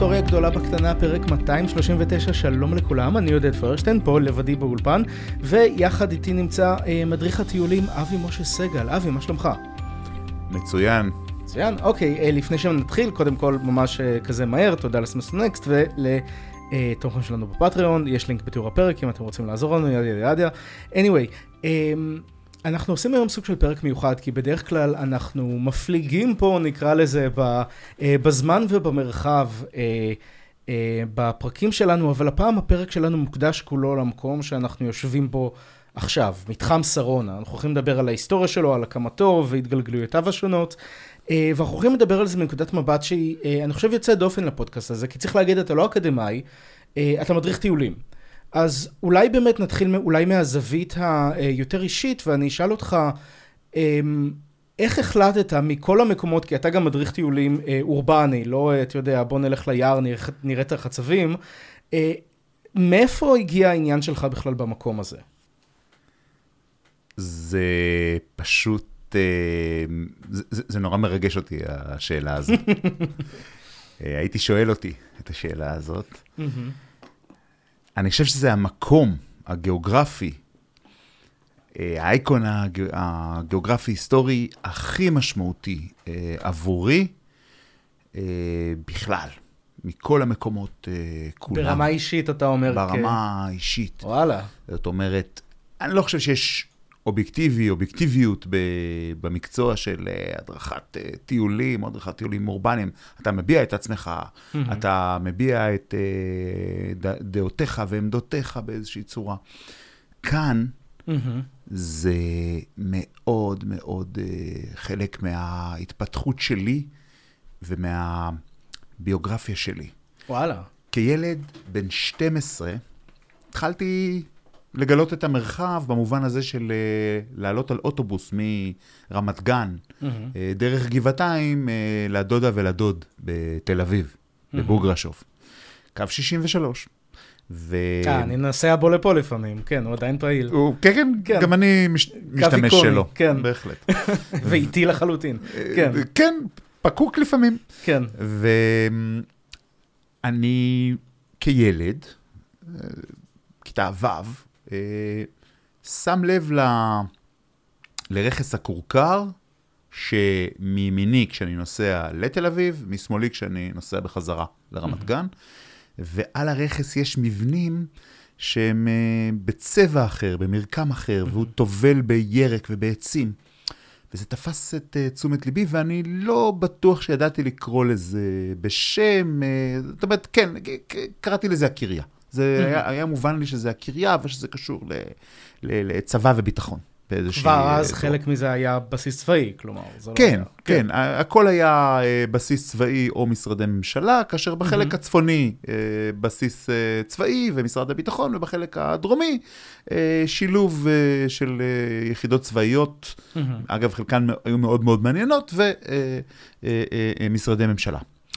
היסטוריה גדולה בקטנה, פרק 239, שלום לכולם, אני עודד פרשטיין, פה לבדי באולפן, ויחד איתי נמצא מדריך הטיולים אבי משה סגל. אבי, מה שלומך? מצוין. מצוין, אוקיי, לפני שנתחיל, קודם כל ממש כזה מהר, תודה לסמסו נקסט ולתומכים שלנו בפטריון, יש לינק בתיאור הפרק אם אתם רוצים לעזור לנו, ידיה ידיה. anyway, אנחנו עושים היום סוג של פרק מיוחד, כי בדרך כלל אנחנו מפליגים פה, נקרא לזה, בזמן ובמרחב בפרקים שלנו, אבל הפעם הפרק שלנו מוקדש כולו למקום שאנחנו יושבים בו עכשיו, מתחם שרונה. אנחנו הולכים לדבר על ההיסטוריה שלו, על הקמתו והתגלגלויותיו השונות, ואנחנו הולכים לדבר על זה מנקודת מבט שהיא, אני חושב, יוצא דופן לפודקאסט הזה, כי צריך להגיד, אתה לא אקדמאי, אתה מדריך טיולים. אז אולי באמת נתחיל אולי מהזווית היותר אישית, ואני אשאל אותך, איך החלטת מכל המקומות, כי אתה גם מדריך טיולים אורבני, לא, אתה יודע, בוא נלך ליער, נראה את החצבים, מאיפה הגיע העניין שלך בכלל במקום הזה? זה פשוט, זה נורא מרגש אותי, השאלה הזאת. הייתי שואל אותי את השאלה הזאת. אני חושב שזה המקום הגיאוגרפי, האייקון הגיאוגרפי-היסטורי הכי משמעותי עבורי בכלל, מכל המקומות כולם. ברמה אישית אתה אומר. ברמה אישית. וואלה. זאת אומרת, אני לא חושב שיש אובייקטיביות במקצוע של הדרכת טיולים, או הדרכת טיולים אורבניים. אתה מביע את עצמך, אתה מביע את דעותיך ועמדותיך באיזושהי צורה. כאן זה מאוד מאוד חלק מההתפתחות שלי ומהביוגרפיה שלי. וואלה. כילד בן 12, התחלתי לגלות את המרחב במובן הזה של לעלות על אוטובוס מרמת גן, דרך גבעתיים לדודה ולדוד בתל אביב, בבוגרשוב. קו 63. אני נוסע בו לפה לפעמים, כן, הוא עדיין פעיל. כן, גם אני משתמש שלו. כן. בהחלט. ואיתי לחלוטין. כן. כן, פקוק לפעמים. כן. ואני כילד, כיתה ו', שם לב לרכס הכורכר, שמימיני כשאני נוסע לתל אביב, משמאלי כשאני נוסע בחזרה לרמת גן, ועל הרכס יש מבנים שהם בצבע אחר, במרקם אחר, והוא טובל בירק ובעצים. וזה תפס את תשומת ליבי, ואני לא בטוח שידעתי לקרוא לזה בשם, זאת אומרת, כן, קראתי לזה הקריה. זה היה מובן לי שזה הקריה, ושזה קשור לצבא וביטחון. כבר אז חלק מזה היה בסיס צבאי, כלומר. כן, כן, הכל היה בסיס צבאי או משרדי ממשלה, כאשר בחלק הצפוני בסיס צבאי ומשרד הביטחון, ובחלק הדרומי שילוב של יחידות צבאיות, אגב חלקן היו מאוד מאוד מעניינות, ומשרדי ממשלה.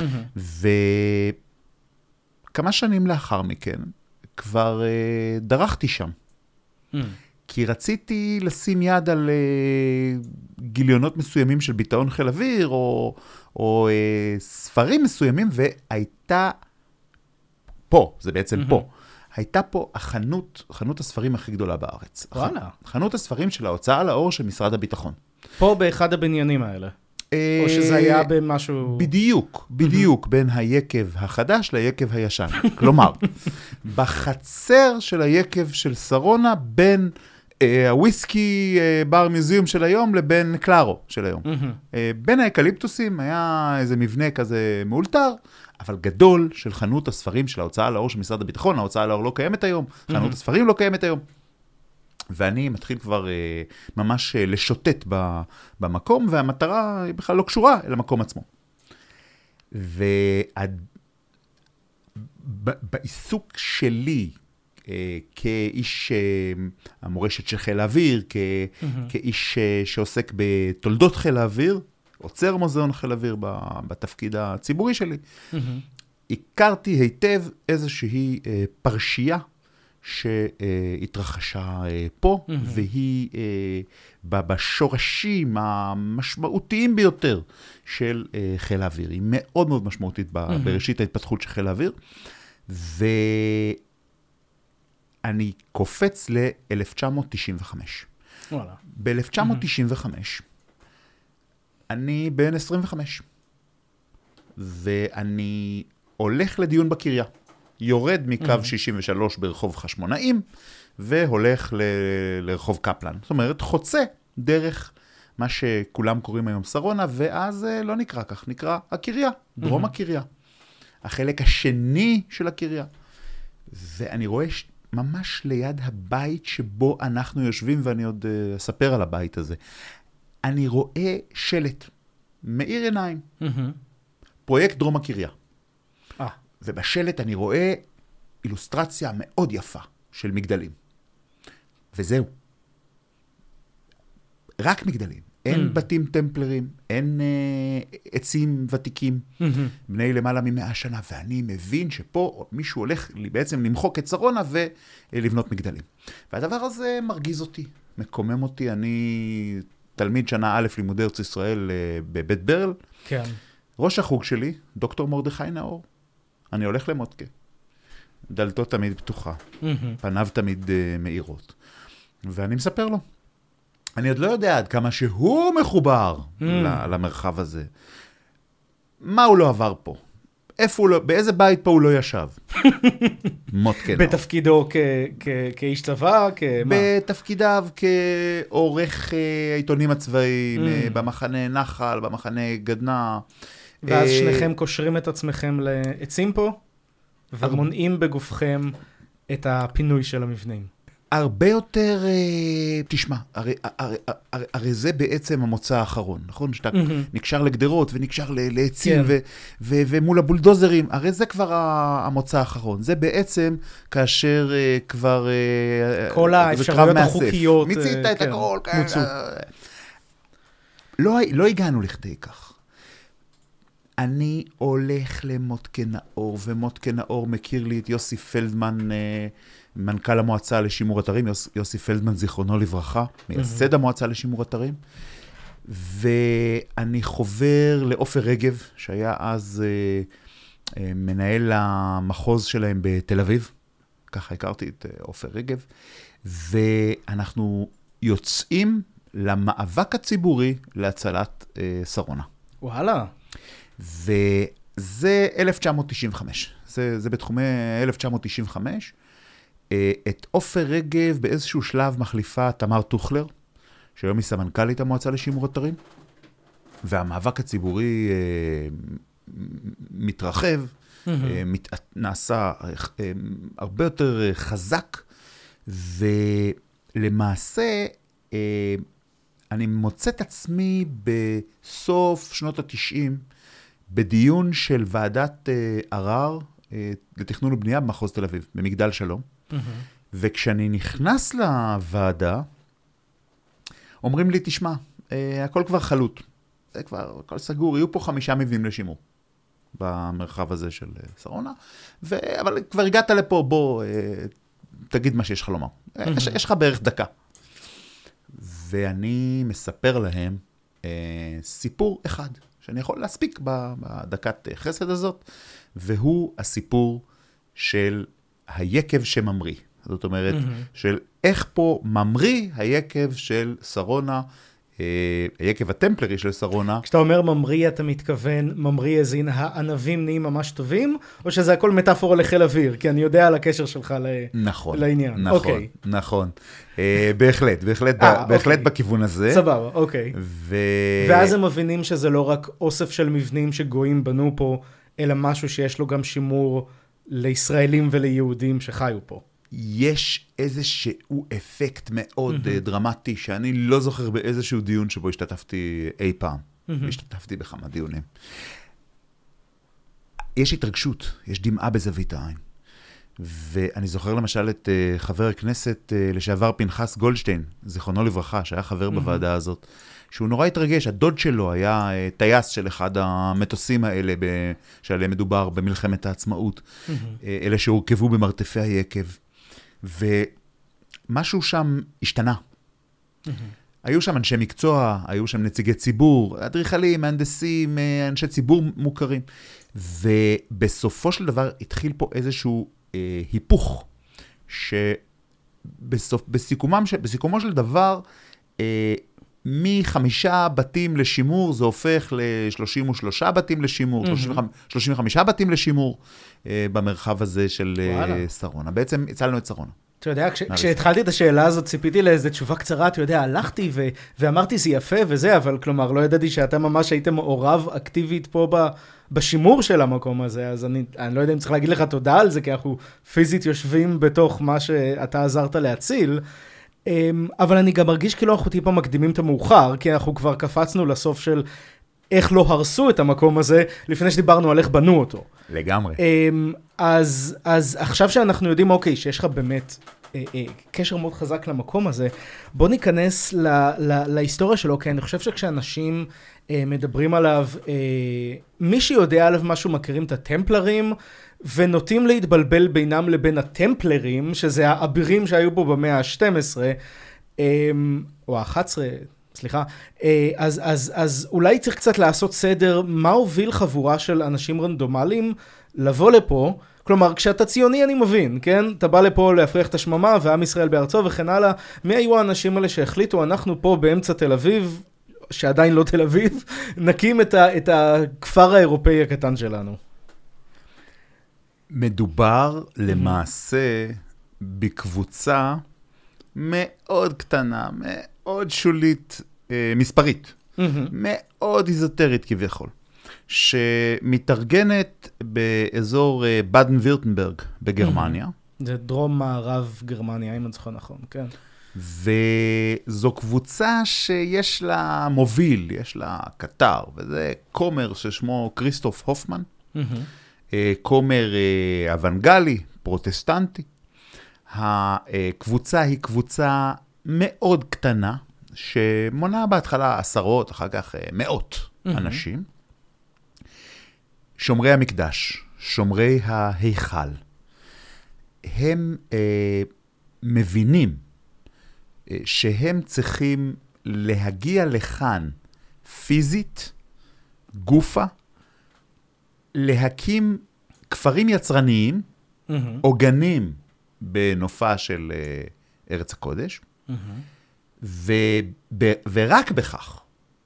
כמה שנים לאחר מכן, כבר דרכתי שם. כי רציתי לשים יד על גיליונות מסוימים של ביטאון חיל אוויר, או ספרים מסוימים, והייתה פה, זה בעצם פה, הייתה פה חנות הספרים הכי גדולה בארץ. וואלה. חנות הספרים של ההוצאה לאור של משרד הביטחון. פה באחד הבניינים האלה. או שזה היה במשהו... בדיוק, בין היקב החדש ליקב הישן. כלומר, בחצר של היקב של שרונה, בין הוויסקי בר מיזיום של היום לבין קלארו של היום. בין האקליפטוסים היה איזה מבנה כזה מאולתר, אבל גדול של חנות הספרים של ההוצאה לאור של משרד הביטחון. ההוצאה לאור לא קיימת היום, חנות הספרים לא קיימת היום. ואני מתחיל כבר ממש לשוטט במקום, והמטרה היא בכלל לא קשורה אל המקום עצמו. בעיסוק שלי, כאיש המורשת של חיל האוויר, כאיש שעוסק בתולדות חיל האוויר, עוצר מוזיאון חיל האוויר בתפקיד הציבורי שלי, הכרתי היטב איזושהי פרשייה, שהתרחשה פה, והיא בשורשים המשמעותיים ביותר של חיל האוויר. היא מאוד מאוד משמעותית בראשית ההתפתחות של חיל האוויר, ואני קופץ ל-1995. וואלה. ב-1995, אני בן 25, ואני הולך לדיון בקריה. יורד מקו 63 ברחוב חשמונאים, והולך לרחוב קפלן. זאת אומרת, חוצה דרך מה שכולם קוראים היום שרונה, ואז לא נקרא כך, נקרא הקריה, דרום הקריה. החלק השני של הקריה. ואני רואה ממש ליד הבית שבו אנחנו יושבים, ואני עוד אספר על הבית הזה. אני רואה שלט, מאיר עיניים, פרויקט דרום הקריה. ובשלט אני רואה אילוסטרציה מאוד יפה של מגדלים. וזהו. רק מגדלים. אין בתים טמפלרים, אין עצים ותיקים, בני למעלה מ100 שנה, ואני מבין שפה מישהו הולך בעצם למחוק את שרונה ולבנות מגדלים. והדבר הזה מרגיז אותי, מקומם אותי. אני תלמיד שנה א' לימודי ארץ ישראל בבית ברל. כן. ראש החוג שלי, דוקטור מרדכי נאור. אני הולך למודקה. דלתו תמיד פתוחה, פניו תמיד מאירות. ואני מספר לו. אני עוד לא יודע עד כמה שהוא מחובר למרחב הזה. מה הוא לא עבר פה? איפה הוא לא, באיזה בית פה הוא לא ישב? מודקה נאור. בתפקידו כאיש צבא? בתפקידיו כעורך העיתונים הצבאיים, במחנה נחל, במחנה גדנ"ע. ואז שניכם קושרים את עצמכם לעצים פה, ומונעים בגופכם את הפינוי של המבנים. הרבה יותר, תשמע, הרי זה בעצם המוצא האחרון, נכון? שאתה נקשר לגדרות ונקשר לעצים ומול הבולדוזרים, הרי זה כבר המוצא האחרון. זה בעצם כאשר כבר כל האפשרויות החוקיות מיצית את הכל. לא הגענו לכדי כך. אני הולך למודקה נאור, ומודקה נאור מכיר לי את יוסי פלדמן, מנכ"ל המועצה לשימור אתרים, יוסי פלדמן זיכרונו לברכה, מייסד המועצה לשימור אתרים, ואני חובר לעופר רגב, שהיה אז מנהל המחוז שלהם בתל אביב, ככה הכרתי את עופר רגב, ואנחנו יוצאים למאבק הציבורי להצלת שרונה. וואלה. וזה 1995, זה בתחומי 1995, את עופר רגב באיזשהו שלב מחליפה תמר טוכלר, שהיום היא סמנכ"לית המועצה לשימור אתרים, והמאבק הציבורי מתרחב, נעשה הרבה יותר חזק, ולמעשה אני מוצא את עצמי בסוף שנות ה-90, בדיון של ועדת ערר לתכנון ובנייה במחוז תל אביב, במגדל שלום. וכשאני נכנס לוועדה, אומרים לי, תשמע, הכל כבר חלוט. זה כבר, הכל סגור, יהיו פה 5 מבנים לשימור במרחב הזה של שרונה, אבל כבר הגעת לפה, בוא, תגיד מה שיש לך לומר. יש לך בערך דקה. ואני מספר להם סיפור אחד, שאני יכול להספיק בדקת חסד הזאת, והוא הסיפור של היקב שממריא. זאת אומרת, של איך פה ממריא היקב של שרונה, היקב הטמפלרי של שרונה. כשאתה אומר ממריא, אתה מתכוון, ממריא הזין, הענבים נהיים ממש טובים, או שזה הכל מטאפורה לחיל אוויר? כי אני יודע על הקשר שלך לעניין. נכון, נכון. בהחלט בכיוון הזה. סבבה, אוקיי. ואז הם מבינים שזה לא רק אוסף של מבנים שגויים בנו פה, אלא משהו שיש לו גם שימור לישראלים וליהודים שחיו פה. יש איזשהו אפקט מאוד דרמטי, שאני לא זוכר באיזשהו דיון שבו השתתפתי אי פעם. השתתפתי בכמה דיונים. יש התרגשות, יש דמעה בזווית העין. ואני זוכר למשל את חבר הכנסת לשעבר פנחס גולדשטיין, זיכרונו לברכה, שהיה חבר בוועדה הזאת, שהוא נורא התרגש. הדוד שלו היה טייס של אחד המטוסים האלה, שעליהם מדובר במלחמת העצמאות, אלה שהורכבו במרתפי היקב. ומשהו שם השתנה. היו שם אנשי מקצוע, היו שם נציגי ציבור, אדריכלים, מהנדסים, אנשי ציבור מוכרים, ובסופו של דבר התחיל פה איזשהו היפוך, בסיכומו של דבר, מ5 בתים לשימור, זה הופך ל33 בתים לשימור, 35 בתים לשימור, במרחב הזה של שרונה. בעצם הצלנו את שרונה. אתה יודע, כשהתחלתי את השאלה הזאת, ציפיתי לאיזו תשובה קצרה, אתה יודע, הלכתי ואמרתי זה יפה וזה, אבל כלומר, לא ידעתי שאתה ממש היית מעורב אקטיבית פה בשימור של המקום הזה, אז אני לא יודע אם צריך להגיד לך תודה על זה, כי אנחנו פיזית יושבים בתוך מה שאתה עזרת להציל, אבל אני גם מרגיש כאילו אנחנו טיפה מקדימים את המאוחר, כי אנחנו כבר קפצנו לסוף של איך לא הרסו את המקום הזה, לפני שדיברנו על איך בנו אותו. לגמרי. אז עכשיו שאנחנו יודעים, אוקיי, שיש לך באמת קשר מאוד חזק למקום הזה, בוא ניכנס להיסטוריה שלו, כי אני חושב שכשאנשים מדברים עליו, מי שיודע עליו משהו מכירים את הטמפלרים, ונוטים להתבלבל בינם לבין הטמפלרים, שזה האבירים שהיו פה במאה ה-12, או ה-11, סליחה, אז אולי צריך קצת לעשות סדר, מה הוביל חבורה של אנשים רנדומליים לבוא לפה, כלומר, כשאתה ציוני אני מבין, כן? אתה בא לפה להפריח את השממה, ועם ישראל בארצו וכן הלאה, מי היו האנשים האלה שהחליטו, אנחנו פה באמצע תל אביב, שעדיין לא תל אביב, נקים את הכפר האירופאי הקטן שלנו. מדובר למעשה בקבוצה מאוד קטנה, מאוד שולית, מספרית, מאוד איזוטרית כביכול, שמתארגנת באזור בדן-וירטנברג בגרמניה. זה דרום מערב גרמניה, אם אני זוכר נכון, כן. וזו קבוצה שיש לה מוביל, יש לה קטר, וזה כומר ששמו כריסטוף הופמן, כומר אוונגלי, פרוטסטנטי. הקבוצה היא קבוצה מאוד קטנה, שמונה בהתחלה עשרות, אחר כך מאות אנשים. שומרי המקדש, שומרי ההיכל, הם מבינים שהם צריכים להגיע לכאן פיזית, גופה, להקים כפרים יצרניים, עוגנים בנופה של ארץ הקודש, ורק בכך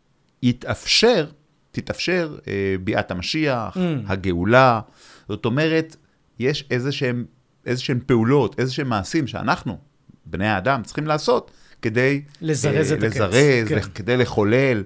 תתאפשר ביאת המשיח, הגאולה. זאת אומרת, יש איזשהם פעולות, איזשהם מעשים שאנחנו, בני האדם, צריכים לעשות כדי לזרז את הקץ. כדי לחולל.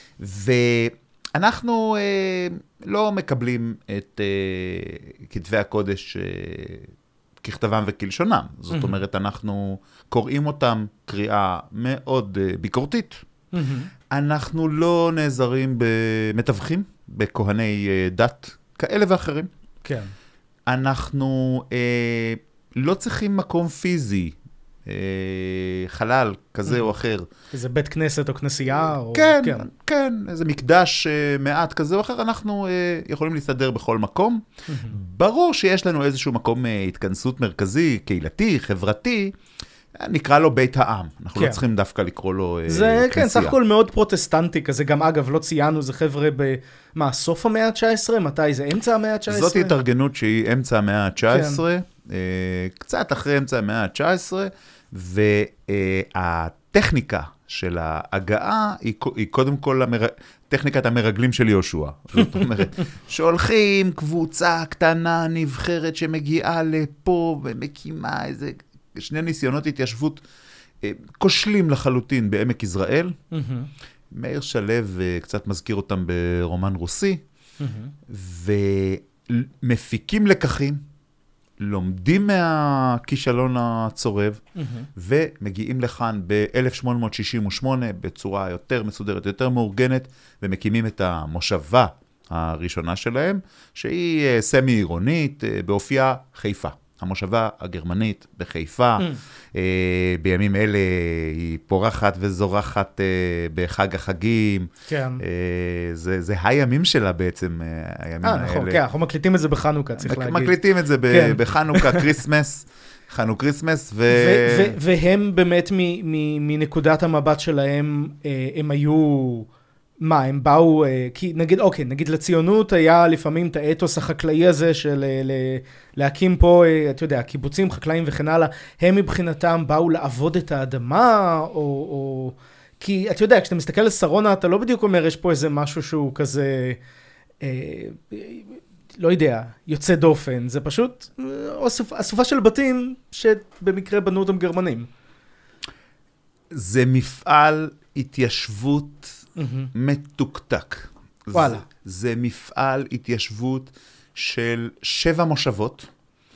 ואנחנו לא מקבלים את כתבי הקודש ככתבם וכלשונם. זאת אומרת, אנחנו קוראים אותם קריאה מאוד ביקורתית. אנחנו לא נעזרים במתווכים, בכהני דת כאלה ואחרים. כן. אנחנו לא צריכים מקום פיזי, חלל כזה או אחר. איזה בית כנסת או כנסייה? כן, כן, איזה מקדש מעט כזה או אחר, אנחנו יכולים להסתדר בכל מקום. ברור שיש לנו איזשהו מקום התכנסות מרכזי, קהילתי, חברתי, נקרא לו בית העם. אנחנו לא צריכים דווקא לקרוא לו כנסייה. זה כן, סך הכל מאוד פרוטסטנטי כזה, גם אגב, לא ציינו, זה חבר'ה סוף המאה ה-19? מתי זה? אמצע המאה ה-19? זאת התארגנות שהיא אמצע המאה ה-19, קצת אחרי אמצע המאה ה-19, והטכניקה של ההגעה היא קודם כל טכניקת המרגלים של יהושע. זאת אומרת, שהולכים קבוצה קטנה, נבחרת שמגיעה לפה ומקימה איזה שני ניסיונות התיישבות כושלים לחלוטין בעמק יזרעאל. מאיר שלו קצת מזכיר אותם ברומן רוסי, ומפיקים לקחים, לומדים מהכישלון הצורב, ומגיעים לכאן ב-1868 בצורה יותר מסודרת, יותר מאורגנת, ומקימים את המושבה הראשונה שלהם, שהיא סמי-עירונית, באופייה חיפה. המושבה הגרמנית בחיפה, בימים אלה היא פורחת וזורחת בחג החגים. כן. זה הימים שלה בעצם, הימים האלה. נכון, כן, אנחנו מקליטים את זה בחנוכה, צריך להגיד. מקליטים את זה בחנוכה, קריסמס, חנו כריסמס והם באמת מנקודת המבט שלהם, הם היו, מה, הם באו, כי נגיד, אוקיי, נגיד לציונות היה לפעמים את האתוס החקלאי הזה של להקים פה, אתה יודע, קיבוצים, חקלאים וכן הלאה, הם מבחינתם באו לעבוד את האדמה, או כי אתה יודע, כשאתה מסתכל על שרונה, אתה לא בדיוק אומר, יש פה איזה משהו שהוא כזה, לא יודע, יוצא דופן, זה פשוט אסופה של בתים שבמקרה בנו אותם גרמנים. זה מפעל התיישבות מתוקתק. וואלה. זה מפעל התיישבות של 7 מושבות,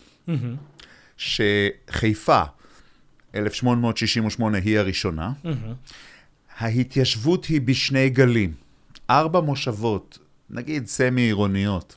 שחיפה, 1868 היא הראשונה. ההתיישבות היא בשני גלים. 4 מושבות, נגיד סמי עירוניות,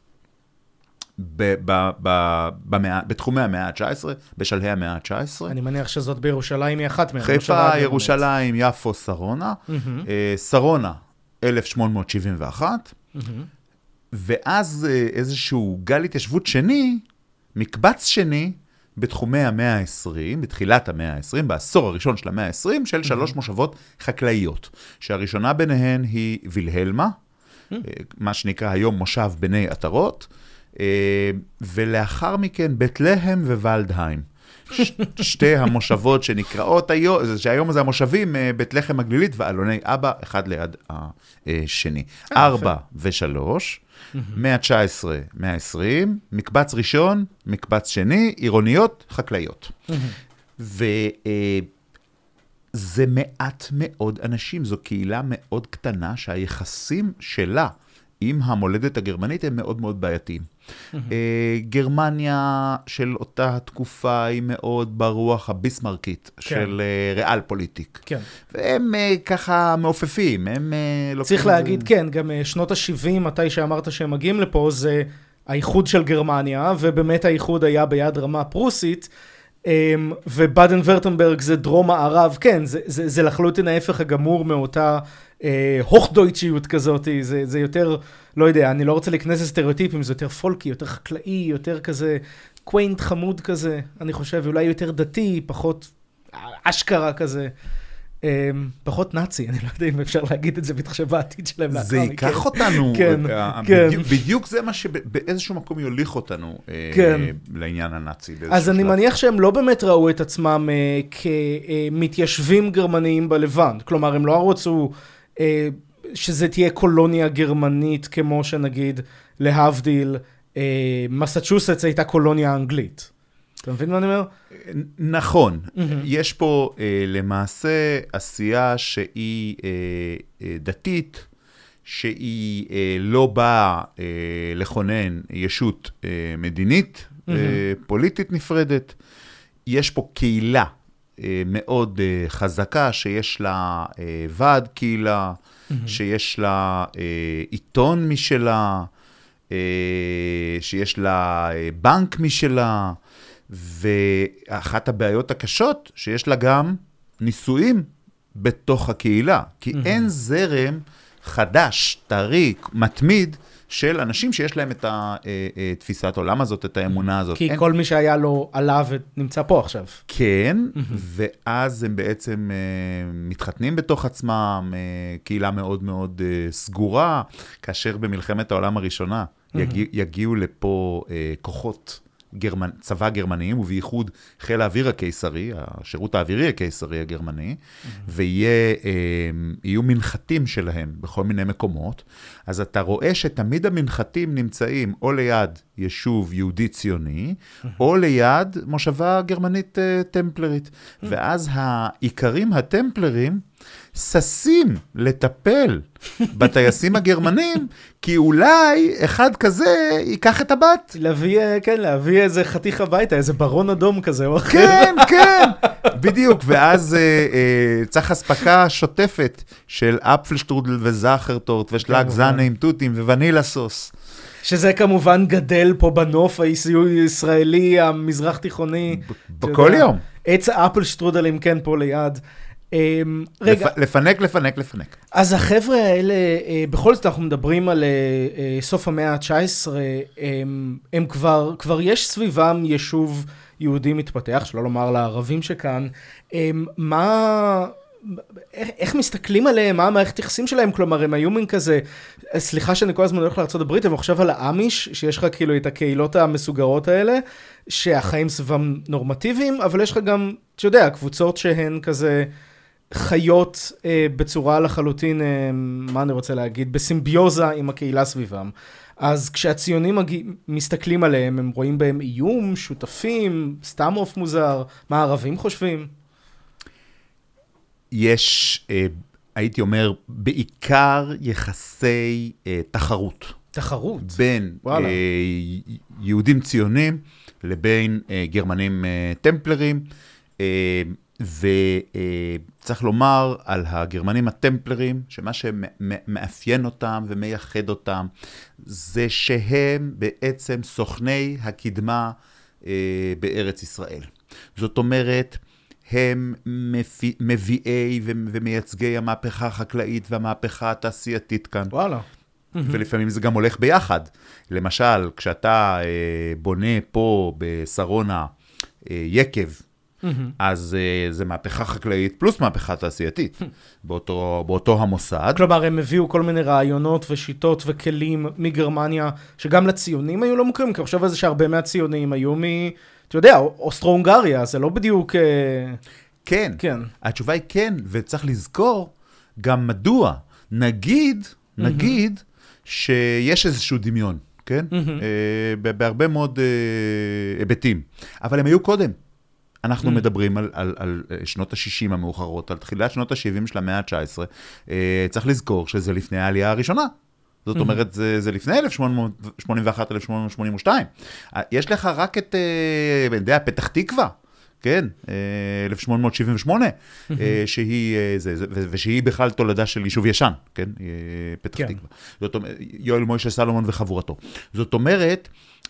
בתחומי המאה ה-19, בשלהי המאה ה-19. אני מניח שזאת בירושלים היא אחת מהן. חיפה, ירושלים, יפו, שרונה. שרונה, 1871. ואז איזשהו גל התיישבות שני, מקבץ שני, בתחומי המאה ה-20, בתחילת המאה ה-20, בעשור הראשון של המאה ה-20, של 3 מושבות חקלאיות, שהראשונה ביניהן היא וילהלמה, מה שנקרא היום מושב בני עטרות, ולאחר מכן בית לחם וולדהיים. שתי המושבות שנקראות היום, שהיום זה המושבים, בית לחם הגלילית ואלוני אבא, אחד ליד השני. 4 ו-3, 119, 120, מקבץ ראשון, מקבץ שני, עירוניות, חקלאיות. וזה מעט מאוד אנשים, זו קהילה מאוד קטנה שהיחסים שלה עם המולדת הגרמנית הם מאוד מאוד בעייתיים. גרמניה של אותה התקופה היא מאוד ברוח הביסמרקית של ריאל פוליטיק. והם ככה מעופפים, הם צריך להגיד, כן, גם שנות ה-70, מתי שאמרת שהם מגיעים לפה, זה האיחוד של גרמניה, ובאמת האיחוד היה ביד רמה פרוסית, ובאדן ורטנברג זה דרום הערב, כן, זה לחלוטין ההפך הגמור מאותה הוכדויטשיות כזאת, זה יותר, לא יודע, אני לא רוצה להיכנס לסטריאוטיפים, זה יותר פולקי, יותר חקלאי, יותר כזה קוויינט חמוד כזה, אני חושב, אולי יותר דתי, פחות אשכרה כזה, פחות נאצי, אני לא יודע אם אפשר להגיד את זה, בהתחשב בעתיד שלהם. זה ייקח אותנו, בדיוק זה מה שבאיזשהו מקום יוליך אותנו לעניין הנאצי. אז אני מניח שהם לא באמת ראו את עצמם כמתיישבים גרמניים בלבנט, כלומר הם לא רצו שזה תהיה קולוניה גרמנית, כמו שנגיד להבדיל, מסצ'וסטס הייתה קולוניה אנגלית. אתה מבין מה אני אומר? נכון. יש פה למעשה עשייה שהיא דתית, שהיא לא באה לכונן ישות מדינית, פוליטית נפרדת. יש פה קהילה מאוד חזקה, שיש לה ועד קהילה, שיש לה עיתון משלה, שיש לה בנק משלה, ואחת הבעיות הקשות שיש לה גם נישואים בתוך הקהילה, כי אין זרם חדש, טרי, מתמיד, של אנשים שיש להם את תפיסת העולם הזאת, את האמונה הזאת. כי כל מי שהיה לו עלה ונמצא פה עכשיו. כן, ואז הם בעצם מתחתנים בתוך עצמם, קהילה מאוד מאוד סגורה, כאשר במלחמת העולם הראשונה יגיעו לפה כוחות צבא גרמניים, ובייחוד חיל האוויר הקיסרי, השירות האווירי הקיסרי הגרמני, ויהיו מנחתים שלהם בכל מיני מקומות, אז אתה רואה שתמיד המנחתים נמצאים או ליד יישוב יהודי ציוני, או ליד מושבה גרמנית טמפלרית. ואז העיקרים הטמפלרים ססים לטפל בטייסים הגרמנים, כי אולי אחד כזה ייקח את הבת. להביא איזה חתיך הביתה, איזה ברון אדום כזה או אחר. כן, כן, בדיוק. ואז צריך הספקה שוטפת של אפלשטרודל וזכרטורט, ושלג זנה עם תותים וונילה סוס. שזה כמובן גדל פה בנוף הישראלי, המזרח תיכוני. בכל יום. עץ האפלשטרודלים כן פה ליד. רגע. לפנק. אז החבר'ה האלה, בכל זאת אנחנו מדברים על סוף המאה ה-19, הם כבר יש סביבם יהודי מתפתח, שלא לומר לערבים שכאן, איך מסתכלים עליהם, מה המערכת יחסים שלהם, כלומר, הם היו מין כזה, סליחה שאני כל הזמן הולך לארצות הברית, אבל חושב על האמיש, שיש לך כאילו את הקהילות המסוגרות האלה, שהחיים סביבם נורמטיביים, אבל יש לך גם, אתה יודע, קבוצות שהן כזה חיות בצורה לחלוטין, מה אני רוצה להגיד, בסימביוזה עם הקהילה סביבם. אז כשהציונים מסתכלים עליהם, הם רואים בהם איום, שותפים, סתם עוף מוזר, מה הערבים חושבים? יש, הייתי אומר, בעיקר יחסי תחרות. תחרות? בין יהודים ציונים לבין גרמנים טמפלרים, וצריך לומר על הגרמנים הטמפלרים, שמה שמאפיין אותם ומייחד אותם, זה שהם בעצם סוכני הקדמה בארץ ישראל. זאת אומרת, הם מביאי ומייצגי המהפכה החקלאית והמהפכה התעשייתית כאן. וואלה. ולפעמים זה גם הולך ביחד. למשל, כשאתה בונה פה בשרונה יקב, אז זה מהפכה חקלאית פלוס מהפכה תעשייתית, באותו המוסד. כלומר, הם הביאו כל מיני רעיונות ושיטות וכלים מגרמניה, שגם לציונים היו לא מוכרים, כי אני חושב על זה שהרבה מהציונים היו אתה יודע, אוסטרו-הונגריה, זה לא בדיוק... כן, כן. התשובה היא כן, וצריך לזכור גם מדוע. נגיד שיש איזשהו דמיון, כן? בהרבה מאוד היבטים. אבל הם היו קודם. אנחנו מדברים על שנות ה-60 המאוחרות, על תחילת שנות ה-70 של המאה ה-19. צריך לזכור שזה לפני העלייה הראשונה. זאת אומרת, זה לפני 1881-1882. יש לך רק את, אני יודע, פתח תקווה, כן, 1878, ושהיא בכלל תולדה של יישוב ישן, כן, פתח תקווה. זאת אומרת, יואל מוישה סלומון וחבורתו. זאת אומרת,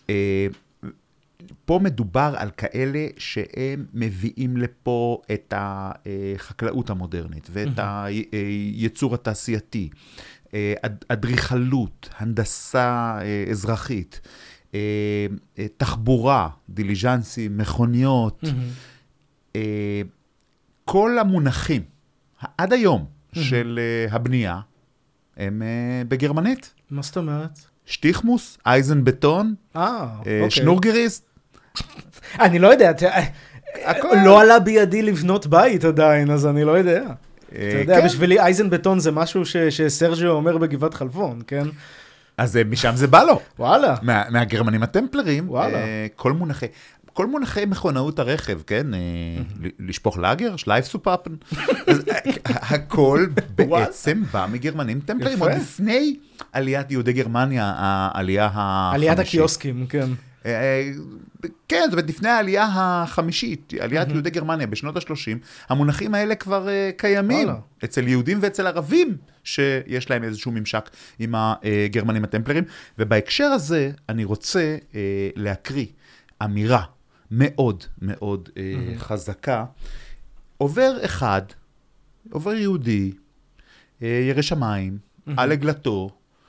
פה מדובר על כאלה שהם מביאים לפה את החקלאות המודרנית, ואת היצור התעשייתי, אדריכלות, הנדסה אזרחית, תחבורה, דיליז'נסים, מכוניות, כל המונחים, עד היום של הבנייה, הם בגרמנית. מה זאת אומרת? שטיחמוס, אייזן בטון, שנורגריסט. אני לא יודע, לא עלה בידי לבנות בית עדיין, אז אני לא יודע. אתה יודע, בשבילי אייזן בטון זה משהו שסרג'יו אומר בגבעת חלפון, כן? אז משם זה בא לו. וואלה. מהגרמנים הטמפלרים, כל מונחי מכונאות הרכב, כן? לשפוך לאגר, שלייף סופאפן. הכל בעצם בא מגרמנים טמפלרים. עוד לפני עליית יהודי גרמניה, העלייה החמישית. עליית הקיוסקים, כן. כן, זאת אומרת, לפני העלייה החמישית, עליית יהודי גרמניה בשנות ה-30, המונחים האלה כבר קיימים אצל יהודים ואצל ערבים, שיש להם איזשהו ממשק עם הגרמנים הטמפלרים, ובהקשר הזה אני רוצה להקריא אמירה מאוד מאוד חזקה. עובר יהודי, ירא שמיים, על עגלתו,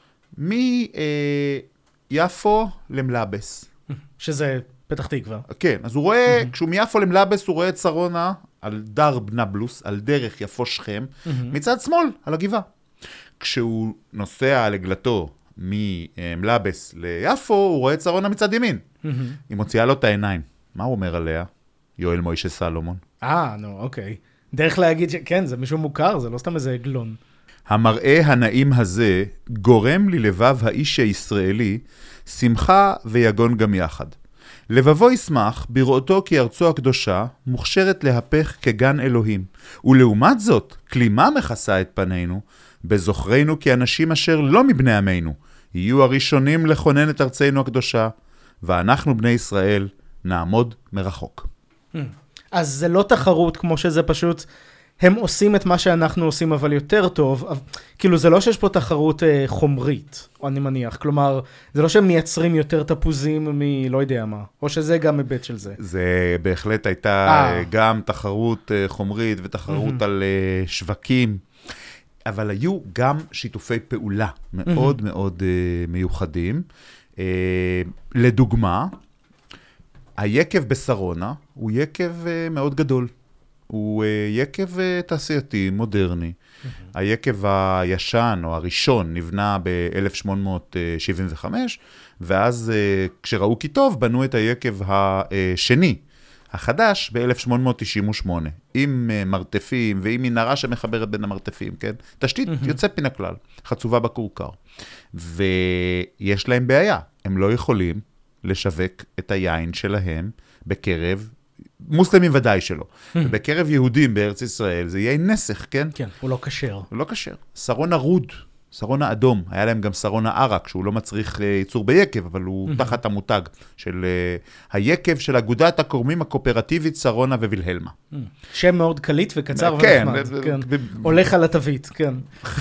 מיפו למלאבס. שזה פתח תקווה. כן, אז הוא רואה, כשהוא מיפו למלאבס, הוא רואה את שרונה על דרב נבלוס, על דרך יפו שכם, מצד שמאל, על הגבעה. כשהוא נוסע על עגלתו ממלאבס ליפו, הוא רואה את שרונה מצד ימין. היא מוציאה לו את העיניים. מה הוא אומר עליה? יואל מוישה סלומון. אוקיי. דרך להגיד שכן, זה מישהו מוכר, זה לא סתם איזה עגלון. המראה הנעים הזה גורם ללבב האיש הישראלי שמחה ויגון גם יחד. לבבו ישמח בראותו כי ארצו הקדושה מוכשרת להפך כגן אלוהים, ולעומת זאת כלימה מכסה את פנינו, בזוכרנו כי אנשים אשר לא מבני עמנו יהיו הראשונים לכונן את ארצנו הקדושה, ואנחנו בני ישראל נעמוד מרחוק. אז זה לא תחרות כמו שזה פשוט... הם עושים את מה שאנחנו עושים, אבל יותר טוב. כאילו, זה לא שיש פה תחרות חומרית, או אני מניח. כלומר, זה לא שהם מייצרים יותר תפוזים מלא יודע מה. או שזה גם היבט של זה. זה בהחלט הייתה גם תחרות חומרית, ותחרות על שווקים. אבל היו גם שיתופי פעולה מאוד מאוד מיוחדים. לדוגמה, היקב בשרונה הוא יקב מאוד גדול. הוא יקב תעשייתי, מודרני. היקב הישן או הראשון נבנה ב-1875, ואז כשראו כי טוב, בנו את היקב השני, החדש, ב-1898, עם מרתפים ועם מנהרה שמחברת בין המרתפים, כן? תשתית יוצאת מן הכלל, חצובה בקורקר. ויש להם בעיה, הם לא יכולים לשווק את היין שלהם בקרב מוסלמים ודאי שלא. בקרב יהודים בארץ ישראל זה יהיה נסך, כן? כן, הוא לא כשר. הוא לא כשר. שרונה רוד, שרונה אדום, היה להם גם שרונה ערק, שהוא לא מצריך ייצור ביקב, אבל הוא תחת המותג של היקב של אגודת הקורמים הקואופרטיבית שרונה ווילהלמה. שם מאוד קליט וקצר ונחמד. כן, הולך על התווית, כן.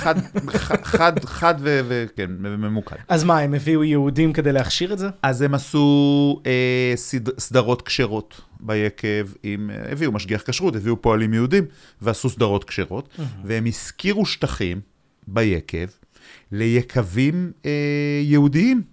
חד וכן, ממוקד. אז מה, הם הביאו יהודים כדי להכשיר את זה? אז הם עשו סדרות כשרות ביקב, הביאו משגיח כשרות, הביאו פועלים יהודים, ועשו סדרות כשרות, והם הזכירו שטחים ביקב ליקבים יהודיים,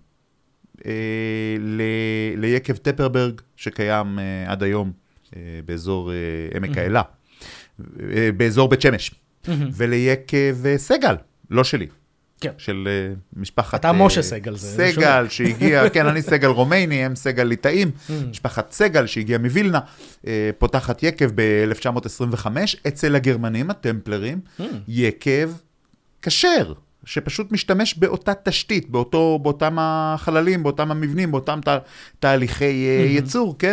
ליקב טפרברג שקיים עד היום באזור עמק האלה, באזור בית שמש, וליקב סגל, לא שלי. כן. של משפחת... אתה משה סגל. סגל שהגיע, כן, אני סגל רומייני, הם סגל ליטאים, משפחת סגל שהגיע מווילנה, פותחת יקב ב-1925, אצל הגרמנים, הטמפלרים, יקב כשר, שפשוט משתמש באותה תשתית, באותם החללים, באותם המבנים, באותם תהליכי ייצור, כן?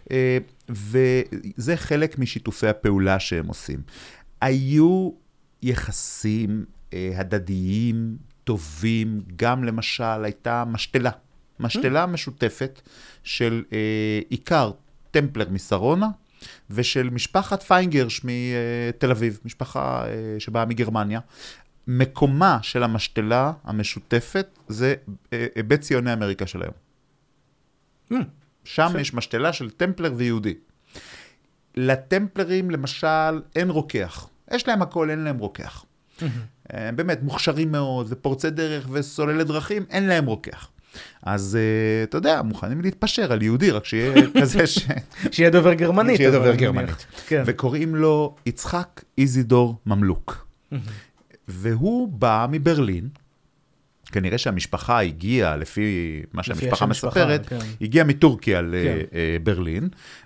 וזה חלק משיתופי הפעולה שהם עושים. היו יחסים הדדיים, טובים, גם למשל הייתה משתלה משותפת של עיקר טמפלר משרונה, ושל משפחת פיינגרש מתל אביב, משפחה שבאה מגרמניה. מקומה של המשתלה המשותפת זה בית ציוני אמריקה של היום. שם יש משתלה של טמפלר ויהודי. לטמפלרים למשל אין רוקח. יש להם הכל, אין להם רוקח. באמת מוכשרים מאוד ופורצי דרך וסוללי דרכים, אין להם רוקח. אז אתה יודע, מוכנים להתפשר על יהודי, רק שיהיה כזה שיהיה דובר גרמנית. שיהיה דובר גרמנית. וקוראים לו יצחק איזידור ממלוק. והוא בא מברלין, כנראה שהמשפחה הגיעה, לפי מה שהמשפחה מספרת, הגיעה מטורקיה לברלין,